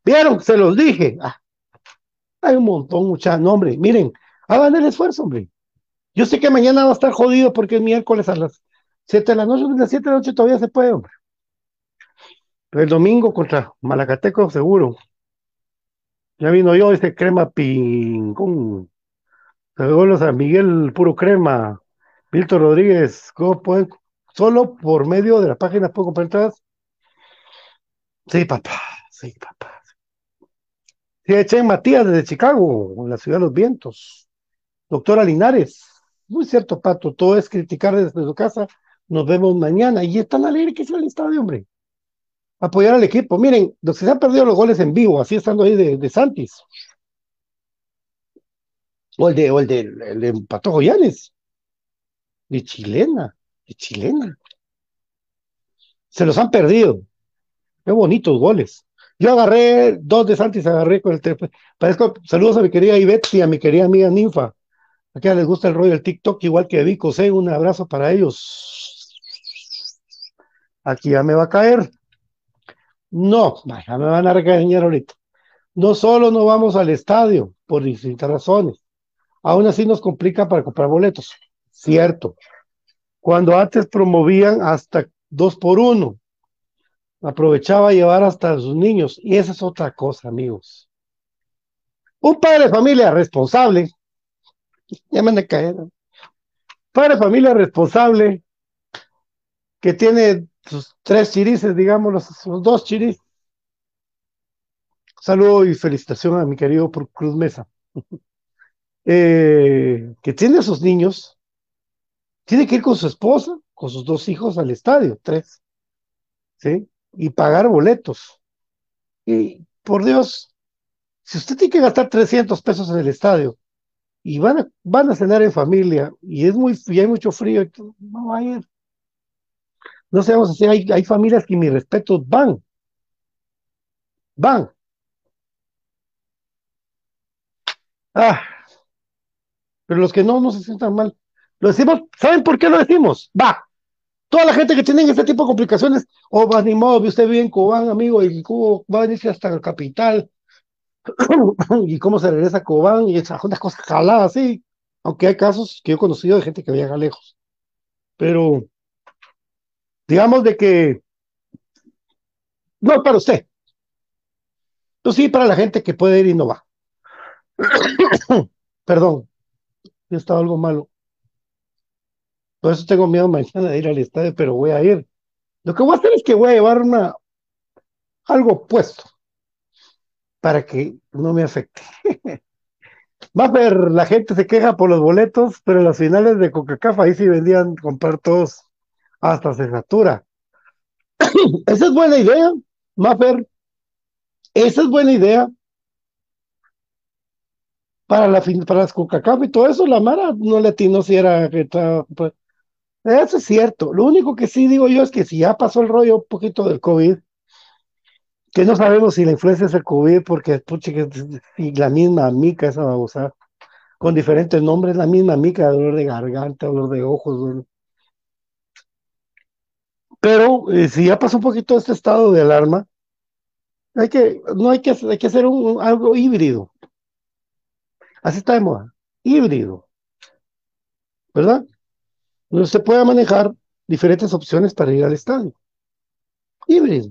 ¿Vieron? Se los dije. Ah, hay un montón, mucha nombre. Miren, hagan el esfuerzo, hombre. Yo sé que mañana va a estar jodido porque es miércoles a las siete de la noche, a las siete de la noche todavía se puede, hombre. Pero el domingo contra Malacateco seguro. Ya vino yo ese crema pingún. Saludos a Miguel Puro Crema. Milton Rodríguez, ¿cómo pueden? Solo por medio de la página puedo comprar entradas. Sí, papá, sí, papá. Sí, Echen Matías desde Chicago, en la ciudad de los vientos. Doctora Linares, muy cierto, Pato, todo es criticar desde su casa. Nos vemos mañana. Y es tan alegre que sea el estadio, hombre. Apoyar al equipo. Miren, los que se han perdido los goles en vivo, así estando ahí de, de Santis. O el de, o el de, el de Patojo Llanes, de chilena, de chilena. Se los han perdido. Qué bonitos goles. Yo agarré dos de Santis, agarré con el teléfono. Parezco, saludos a mi querida Ivette y a mi querida amiga Ninfa. A quienes les gusta el rollo del TikTok, igual que Vico C, un abrazo para ellos. Aquí ya me va a caer. No, ya me van a regañar ahorita. No solo no vamos al estadio, por distintas razones. Aún así nos complica para comprar boletos. Cierto. Cuando antes promovían hasta dos por uno, aprovechaba llevar hasta sus niños. Y esa es otra cosa, amigos. Un padre de familia responsable, ya me han de caer, ¿no? Padre de familia responsable, que tiene sus tres chirises, digamos, los, sus dos chiris. Saludo y felicitación a mi querido Cruz Mesa. Eh, que tiene a sus niños, tiene que ir con su esposa, con sus dos hijos al estadio, tres, ¿sí? Y pagar boletos. Y por Dios, si usted tiene que gastar trescientos pesos en el estadio y van a, van a cenar en familia y es muy, y hay mucho frío, no va a ir. No sabemos así, hay, hay familias que mis respetos van, van. Ah, pero los que no, no se sientan mal. Lo decimos, ¿saben por qué lo decimos? Va. Toda la gente que tiene este tipo de complicaciones, o va, ni modo, usted vive en Cobán, amigo, y Cubo va a venirse hasta la capital, y cómo se regresa a Cobán, y esas unas cosas jaladas, sí. Aunque hay casos que yo he conocido de gente que viaja lejos. Pero, digamos de que, no es para usted. Pues sí, para la gente que puede ir y no va. Perdón, yo estaba algo malo. Por eso tengo miedo mañana de ir al estadio, pero voy a ir. Lo que voy a hacer es que voy a llevar una, algo puesto para que no me afecte. Va a ver, la gente se queja por los boletos, pero en las finales de CONCACAF ahí sí vendían comprar todos hasta se satura. Esa es buena idea, Maffer. Esa es buena idea para la fin, para las CONCACAF y todo eso. La Mara no le atinó si era que estaba, pues, eso es cierto. Lo único que sí digo yo es que si ya pasó el rollo un poquito del COVID, que no sabemos si la influencia es el COVID, porque pucha, que si la misma mica esa babosa, con diferentes nombres, la misma mica, dolor de garganta, dolor de ojos, dolor. Pero eh, si ya pasó un poquito este estado de alarma, hay que, no hay que, hay que hacer un, algo híbrido. Así está de moda, híbrido, ¿verdad? Donde se pueda manejar diferentes opciones para ir al estadio. Híbrido.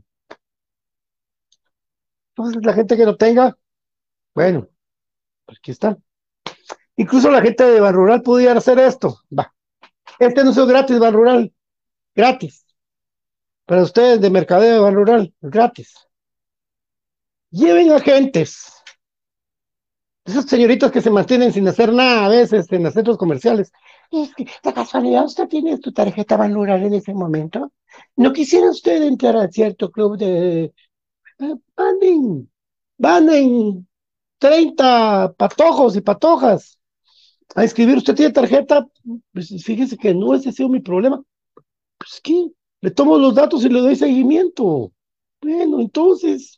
Entonces la gente que lo tenga, bueno, pues aquí está. Incluso la gente de Ban Rural pudiera hacer esto. Va. Este anuncio es gratis, Ban Rural. Gratis. Para ustedes de mercadeo de Ban Rural, es gratis. Lleven agentes. Esas señoritas que se mantienen sin hacer nada a veces en los centros comerciales. Es que, de casualidad, ¿usted tiene tu tarjeta Ban Rural en ese momento? ¿No quisiera usted entrar a cierto club de... Eh, Van van en treinta patojos y patojas a escribir, ¿usted tiene tarjeta? Pues fíjese que no, ese ha sido mi problema. Pues ¿qué? Le tomo los datos y le doy seguimiento. Bueno, entonces,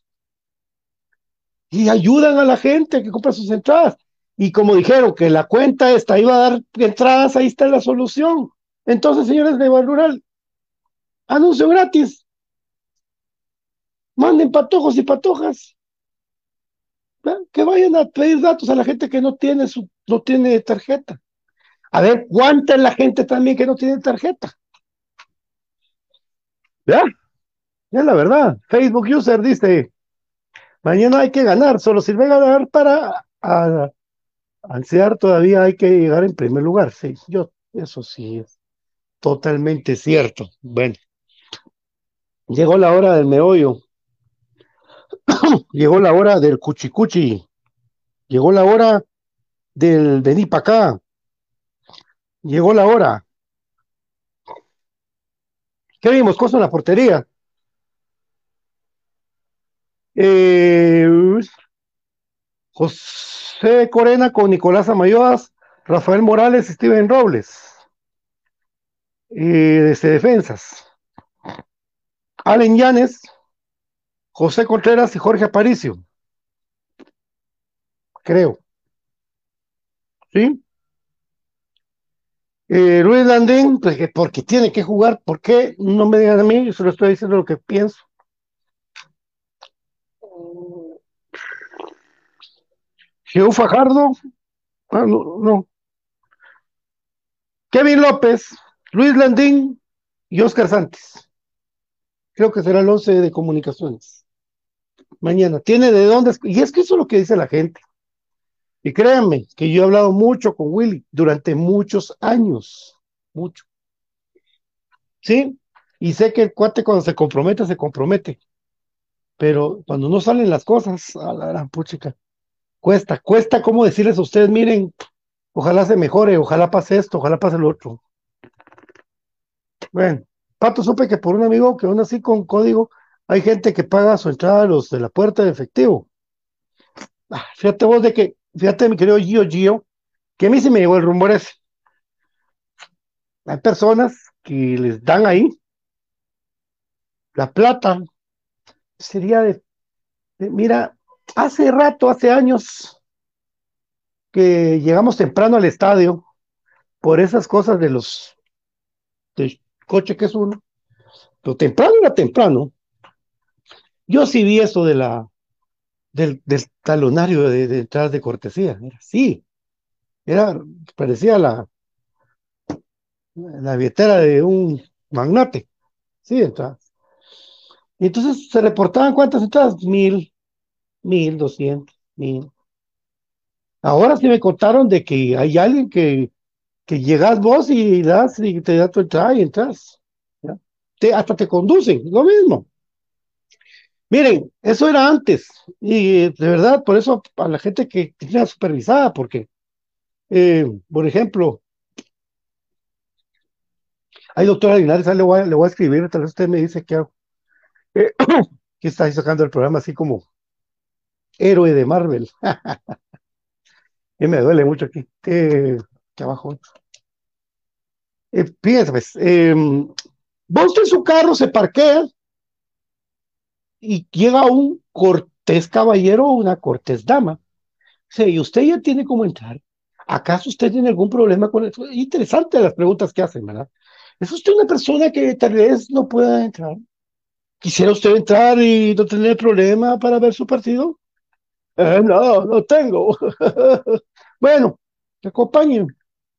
y ayudan a la gente que compra sus entradas. Y como dijeron que la cuenta esta iba a dar entradas, ahí está la solución. Entonces, señores de Ban Rural, anuncio gratis. Manden patojos y patojas. ¿verdad? Que vayan a pedir datos a la gente que no tiene su, no tiene tarjeta. A ver, ¿cuánta es la gente también que no tiene tarjeta? ¿Ya? Ya es la verdad. Facebook User dice, mañana hay que ganar, solo sirve ganar para a, ansiar, todavía hay que llegar en primer lugar. Sí, yo, eso sí es totalmente cierto. Bueno, llegó la hora del meollo, llegó la hora del cuchicuchi, llegó la hora del vení para acá, llegó la hora. ¿Qué vimos? Cosa en la portería. Eh, José Corena con Nicolás Amayoas, Rafael Morales, Steven Robles, eh, desde defensas. Allen Yanes, José Contreras y Jorge Aparicio, creo. ¿Sí? Eh, Luis Landín, pues que porque tiene que jugar, ¿por qué? No me digan a mí, yo solo estoy diciendo lo que pienso. Geo Fajardo, ah, no, no. Kevin López, Luis Landín y Oscar Santos. Creo que será el once de comunicaciones. Mañana. Tiene de dónde. Y es que eso es lo que dice la gente. Y créanme que yo he hablado mucho con Willy durante muchos años. Mucho. ¿Sí? Y sé que el cuate cuando se compromete, se compromete. Pero cuando no salen las cosas, a la gran puchica, cuesta, cuesta como decirles a ustedes, miren, ojalá se mejore, ojalá pase esto, ojalá pase lo otro. Bueno, Pato, supe que por un amigo que aún así con código, hay gente que paga su entrada a los de la puerta de efectivo. Ah, fíjate vos de que, fíjate mi querido Gio Gio, que a mí sí me llegó el rumor ese. Hay personas que les dan ahí la plata, sería de, de- mira, hace rato, hace años, que llegamos temprano al estadio por esas cosas de los del coche que es uno, pero temprano era temprano. Yo sí vi eso de la, del, del talonario de, de entradas de cortesía, era así, era, parecía la, la billetera de un magnate, sí, entradas. Y entonces se reportaban cuántas entradas, mil, mil, doscientos, mil. Ahora sí me contaron de que hay alguien que, que llegas vos y das y te da tu entrada y entras. ¿Ya? Te, hasta te conducen, lo mismo. Miren, eso era antes. Y de verdad, por eso a la gente que tenía supervisada, porque, eh, por ejemplo, hay doctora Linares, ahí le voy a, le voy a escribir, tal vez usted me dice que, hago. Eh, que está ahí sacando el programa así como héroe de Marvel. Y me duele mucho aquí, eh, que abajo. Eh, fíjense, pues, eh, vos en su carro se parquea y llega un cortés caballero o una cortés dama. Sí, y usted ya tiene cómo entrar. ¿Acaso usted tiene algún problema con eso? Interesante las preguntas que hacen, ¿verdad? ¿Es usted una persona que tal vez no pueda entrar? ¿Quisiera usted entrar y no tener problema para ver su partido? "Eh, no, no tengo." Bueno, te acompañen.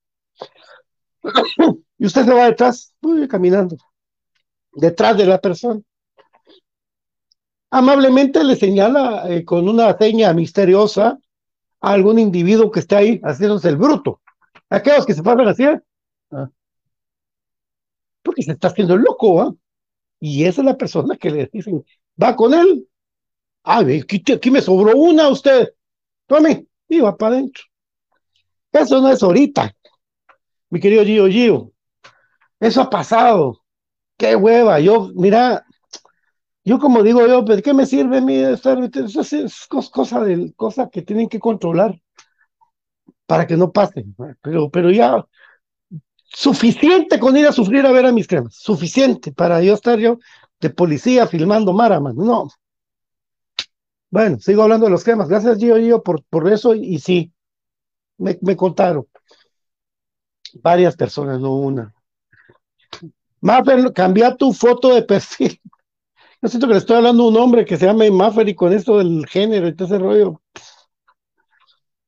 Y usted se va detrás, uy, caminando, detrás de la persona. Amablemente le señala eh, con una seña misteriosa a algún individuo que esté ahí haciéndose el bruto. Aquellos que se pasan así, ¿eh? Ah, porque se está haciendo el loco, ¿ah? Y esa es la persona que le dicen, va con él. Ay, aquí, aquí me sobró una a usted. Tome, y va para adentro. Eso no es ahorita, mi querido Gio Gio. Eso ha pasado. Qué hueva. Yo, mira, yo como digo yo, ¿de qué me sirve mi estar? Eso es, es cosa, de, cosa que tienen que controlar para que no pase. Pero, pero ya, suficiente con ir a sufrir a ver a mis cremas. Suficiente para yo estar yo de policía filmando Maraman. No. Bueno, sigo hablando de los cremas. Gracias, Gio Gio, por, por eso. Y, y sí, me, me contaron varias personas, no una. Maffer, cambia tu foto de perfil. Yo siento que le estoy hablando a un hombre que se llama Maffer y con esto del género y todo ese rollo.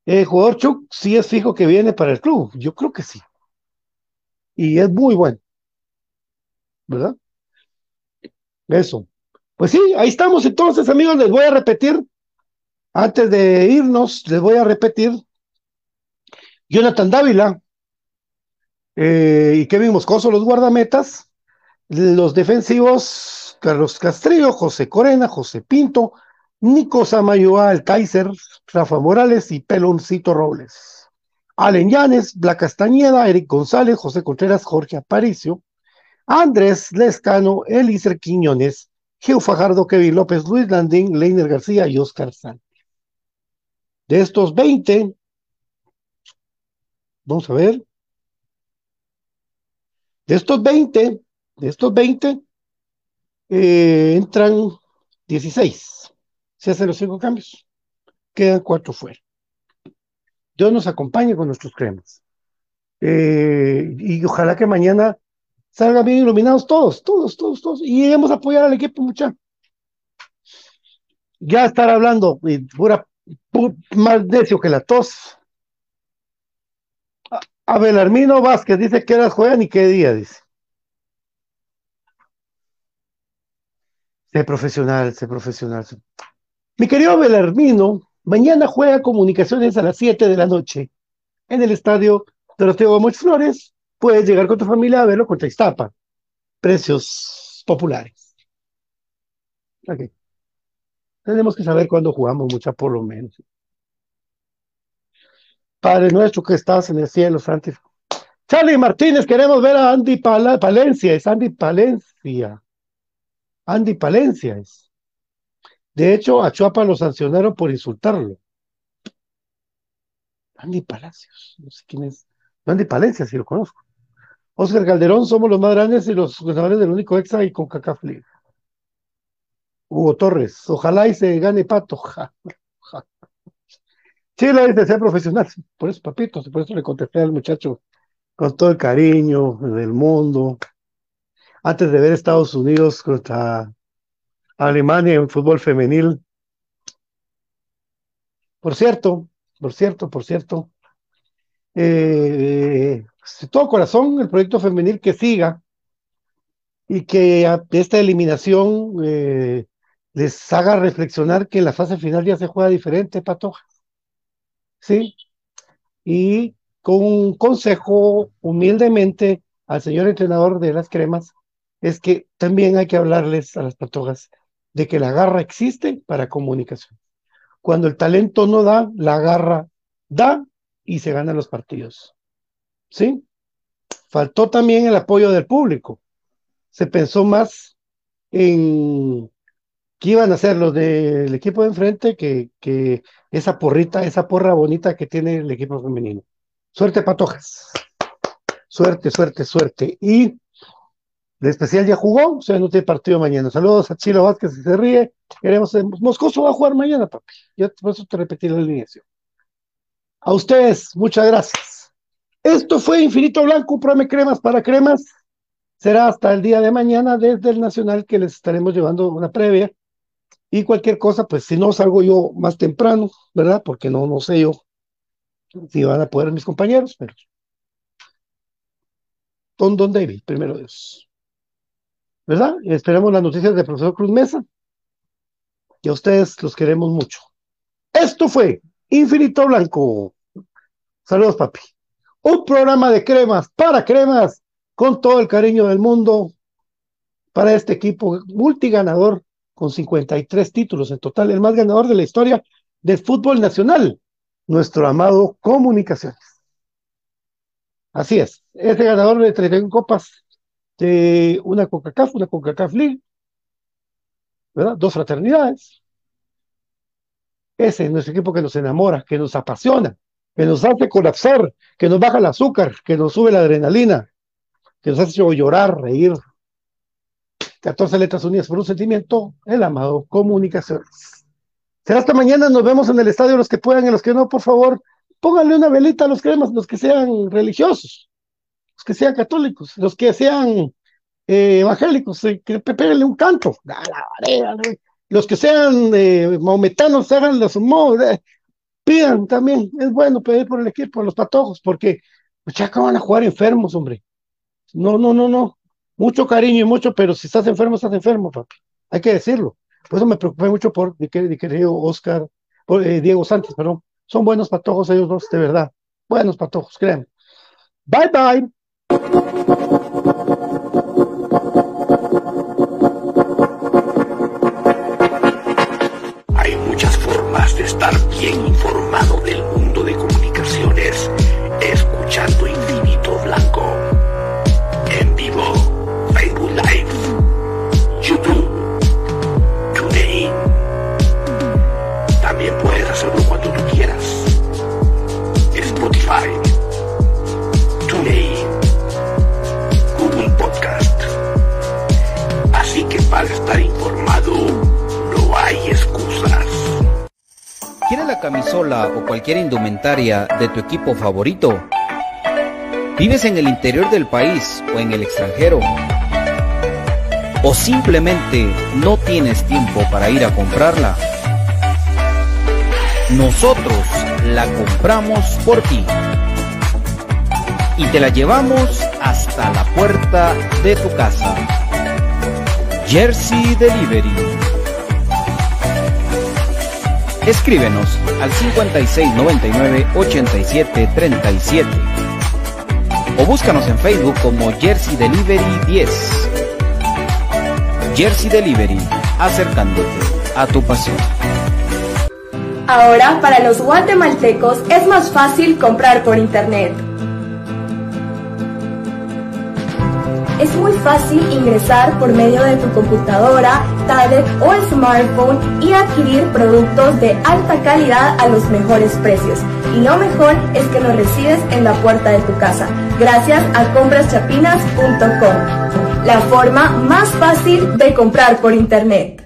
El jugador Chuck sí es fijo que viene para el club, yo creo que sí. Y es muy bueno, ¿verdad? Eso. Pues sí, ahí estamos entonces, amigos, les voy a repetir, antes de irnos, les voy a repetir, Jonathan Dávila eh, y Kevin Moscoso, los guardametas, los defensivos, Carlos Castrillo, José Corena, José Pinto, Nico Samayoa, el Kaiser, Rafa Morales y Peloncito Robles. Allen Llanes, Bla Castañeda, Eric González, José Contreras, Jorge Aparicio, Andrés Lescano, Elícer Quiñones, Geo Fajardo, Kevin López, Luis Landín, Leiner García y Oscar Sánchez. De estos veinte, vamos a ver, de estos veinte, de estos veinte, eh, entran dieciséis. Se hacen los cinco cambios. Quedan cuatro fuera. Dios nos acompañe con nuestros cremas. Eh, y ojalá que mañana salgan bien iluminados todos, todos, todos, todos. Y lleguemos a apoyar al equipo, muchachos. Ya estar hablando, y pura, pura, más necio que la tos. Abelarmino Vázquez dice que horas juegan y qué día, dice. Sé profesional, sé profesional. Mi querido Abelarmino, mañana juega Comunicaciones a las siete de la noche en el estadio Doroteo Gómez Flores. Puedes llegar con tu familia a verlo contra Iztapa. Precios populares. Okay. Tenemos que saber cuándo jugamos, mucha por lo menos. Padre nuestro que estás en el cielo, santificado. Charlie Martínez, queremos ver a Andy Pala Palencia, es Andy Palencia. Andy Palencia es. De hecho, a Chuapa lo sancionaron por insultarlo. Andy Palacios, no sé quién es. No, Andy Palencia, sí lo conozco. Oscar Calderón, somos los más grandes y los ganadores del único exa y con CACAF League. Hugo Torres, ojalá y se gane Pato. Ja, ja. Chile es de ser profesional, por eso, papito, por eso le contesté al muchacho con todo el cariño del mundo. Antes de ver Estados Unidos contra Alemania en fútbol femenil. Por cierto, por cierto, por cierto, eh, de todo corazón, el proyecto femenil que siga y que a esta eliminación eh, les haga reflexionar que en la fase final ya se juega diferente, Patoja. ¿Sí? Y con un consejo humildemente al señor entrenador de las cremas, es que también hay que hablarles a las Patojas de que la garra existe para comunicación. Cuando el talento no da, la garra da y se ganan los partidos. ¿Sí? Faltó también el apoyo del público. Se pensó más en qué iban a hacer los del equipo de enfrente que, que esa porrita, esa porra bonita que tiene el equipo femenino. Suerte, Patojas. Suerte, suerte, suerte. Y el especial ya jugó, o sea, no tiene partido mañana. Saludos a Chilo Vázquez, si se ríe. Queremos, Moscoso va a jugar mañana, papi. Ya por eso te repetí la alineación. A ustedes, muchas gracias. Esto fue Infinito Blanco, Prome Cremas para Cremas. Será hasta el día de mañana desde el Nacional que les estaremos llevando una previa. Y cualquier cosa, pues si no salgo yo más temprano, ¿verdad? Porque no, no sé yo si van a poder mis compañeros, pero Don Don David, primero Dios. ¿Verdad? Y esperamos las noticias del profesor Cruz Mesa. Y a ustedes los queremos mucho. Esto fue Infinito Blanco. Saludos, papi. Un programa de cremas para cremas con todo el cariño del mundo para este equipo multiganador con cincuenta y tres títulos en total, el más ganador de la historia del fútbol nacional, nuestro amado Comunicaciones. Así es, este ganador de treinta y una copas de una CONCACAF, una CONCACAF League, ¿verdad? Dos fraternidades. Ese es nuestro equipo que nos enamora, que nos apasiona, que nos hace colapsar, que nos baja el azúcar, que nos sube la adrenalina, que nos hace llorar, reír. catorce letras unidas por un sentimiento, el amado Comunicaciones. Será hasta mañana, nos vemos en el estadio, los que puedan y los que no, por favor, pónganle una velita a los cremas, los que sean religiosos, los que sean católicos, los que sean eh, evangélicos, eh, que péguenle un canto, los que sean eh, maometanos, háganlo a su modo, eh, pidan también, es bueno pedir por el equipo, los patojos, porque pues ya acaban a jugar enfermos, hombre. No, no, no, no. Mucho cariño y mucho, pero si estás enfermo, estás enfermo, papi. Hay que decirlo. Por eso me preocupé mucho por mi, mi querido Oscar, por, eh, Diego Sánchez, perdón. Son buenos patojos ellos dos, de verdad. Buenos patojos, créanme. Bye, bye. Hay muchas formas de estar bien informado del mundo de comunicaciones, escuchando Infinito Blanco. En vivo, Facebook Live, YouTube, TuneIn. También puedes hacerlo cuando tú quieras. Spotify, TuneIn, Google Podcast. Así que para estar informado, no hay excusas. ¿Quieres la camisola o cualquier indumentaria de tu equipo favorito? ¿Vives en el interior del país o en el extranjero? ¿O simplemente no tienes tiempo para ir a comprarla? Nosotros la compramos por ti y te la llevamos hasta la puerta de tu casa. Jersey Delivery. Escríbenos al cincuenta y seis noventa y nueve ochenta y siete treinta y siete o búscanos en Facebook como Jersey Delivery diez. Jersey Delivery, acercándote a tu pasión. Ahora, para los guatemaltecos es más fácil comprar por internet. Es muy fácil ingresar por medio de tu computadora, tablet o smartphone y adquirir productos de alta calidad a los mejores precios. Y lo mejor es que los recibes en la puerta de tu casa, gracias a compras chapinas punto com, la forma más fácil de comprar por internet.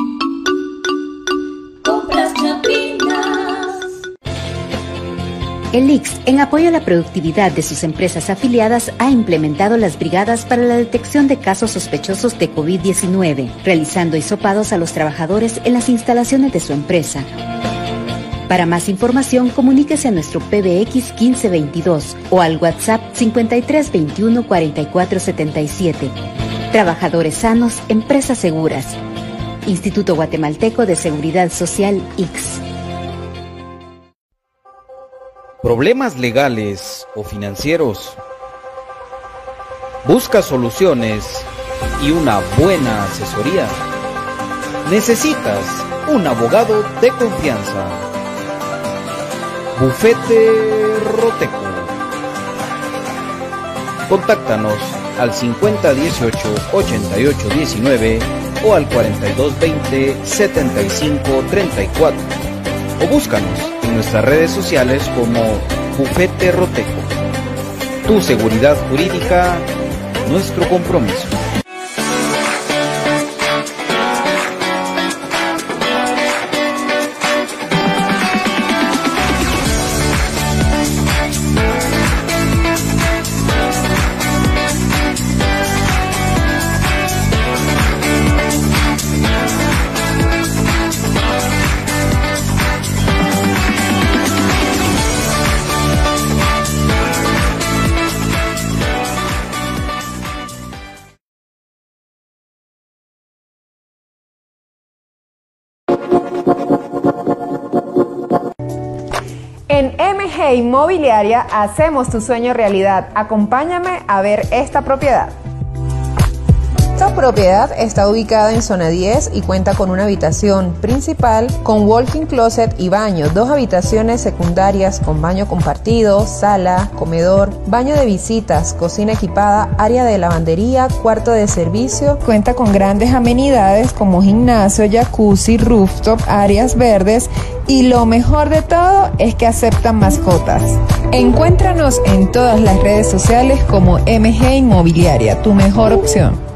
El I C S, en apoyo a la productividad de sus empresas afiliadas, ha implementado las brigadas para la detección de casos sospechosos de COVID diecinueve, realizando hisopados a los trabajadores en las instalaciones de su empresa. Para más información, comuníquese a nuestro P B X quince veintidós o al WhatsApp cincuenta y tres veintiuno cuarenta y cuatro setenta y siete. Trabajadores sanos, empresas seguras. Instituto Guatemalteco de Seguridad Social, I C S. ¿Problemas legales o financieros? ¿Buscas soluciones y una buena asesoría? Necesitas un abogado de confianza. Bufete Roteco. Contáctanos al cincuenta dieciocho ochenta y ocho diecinueve o al cuarenta y dos veinte setenta y cinco treinta y cuatro o búscanos en nuestras redes sociales como Bufete Roteco. Tu seguridad jurídica, nuestro compromiso. En M G Inmobiliaria hacemos tu sueño realidad. Acompáñame a ver esta propiedad. Esta propiedad está ubicada en zona diez y cuenta con una habitación principal con walk-in closet y baño, dos habitaciones secundarias con baño compartido, sala, comedor, baño de visitas, cocina equipada, área de lavandería, cuarto de servicio. Cuenta con grandes amenidades como gimnasio, jacuzzi, rooftop, áreas verdes y lo mejor de todo es que aceptan mascotas. Encuéntranos en todas las redes sociales como M G Inmobiliaria, tu mejor opción.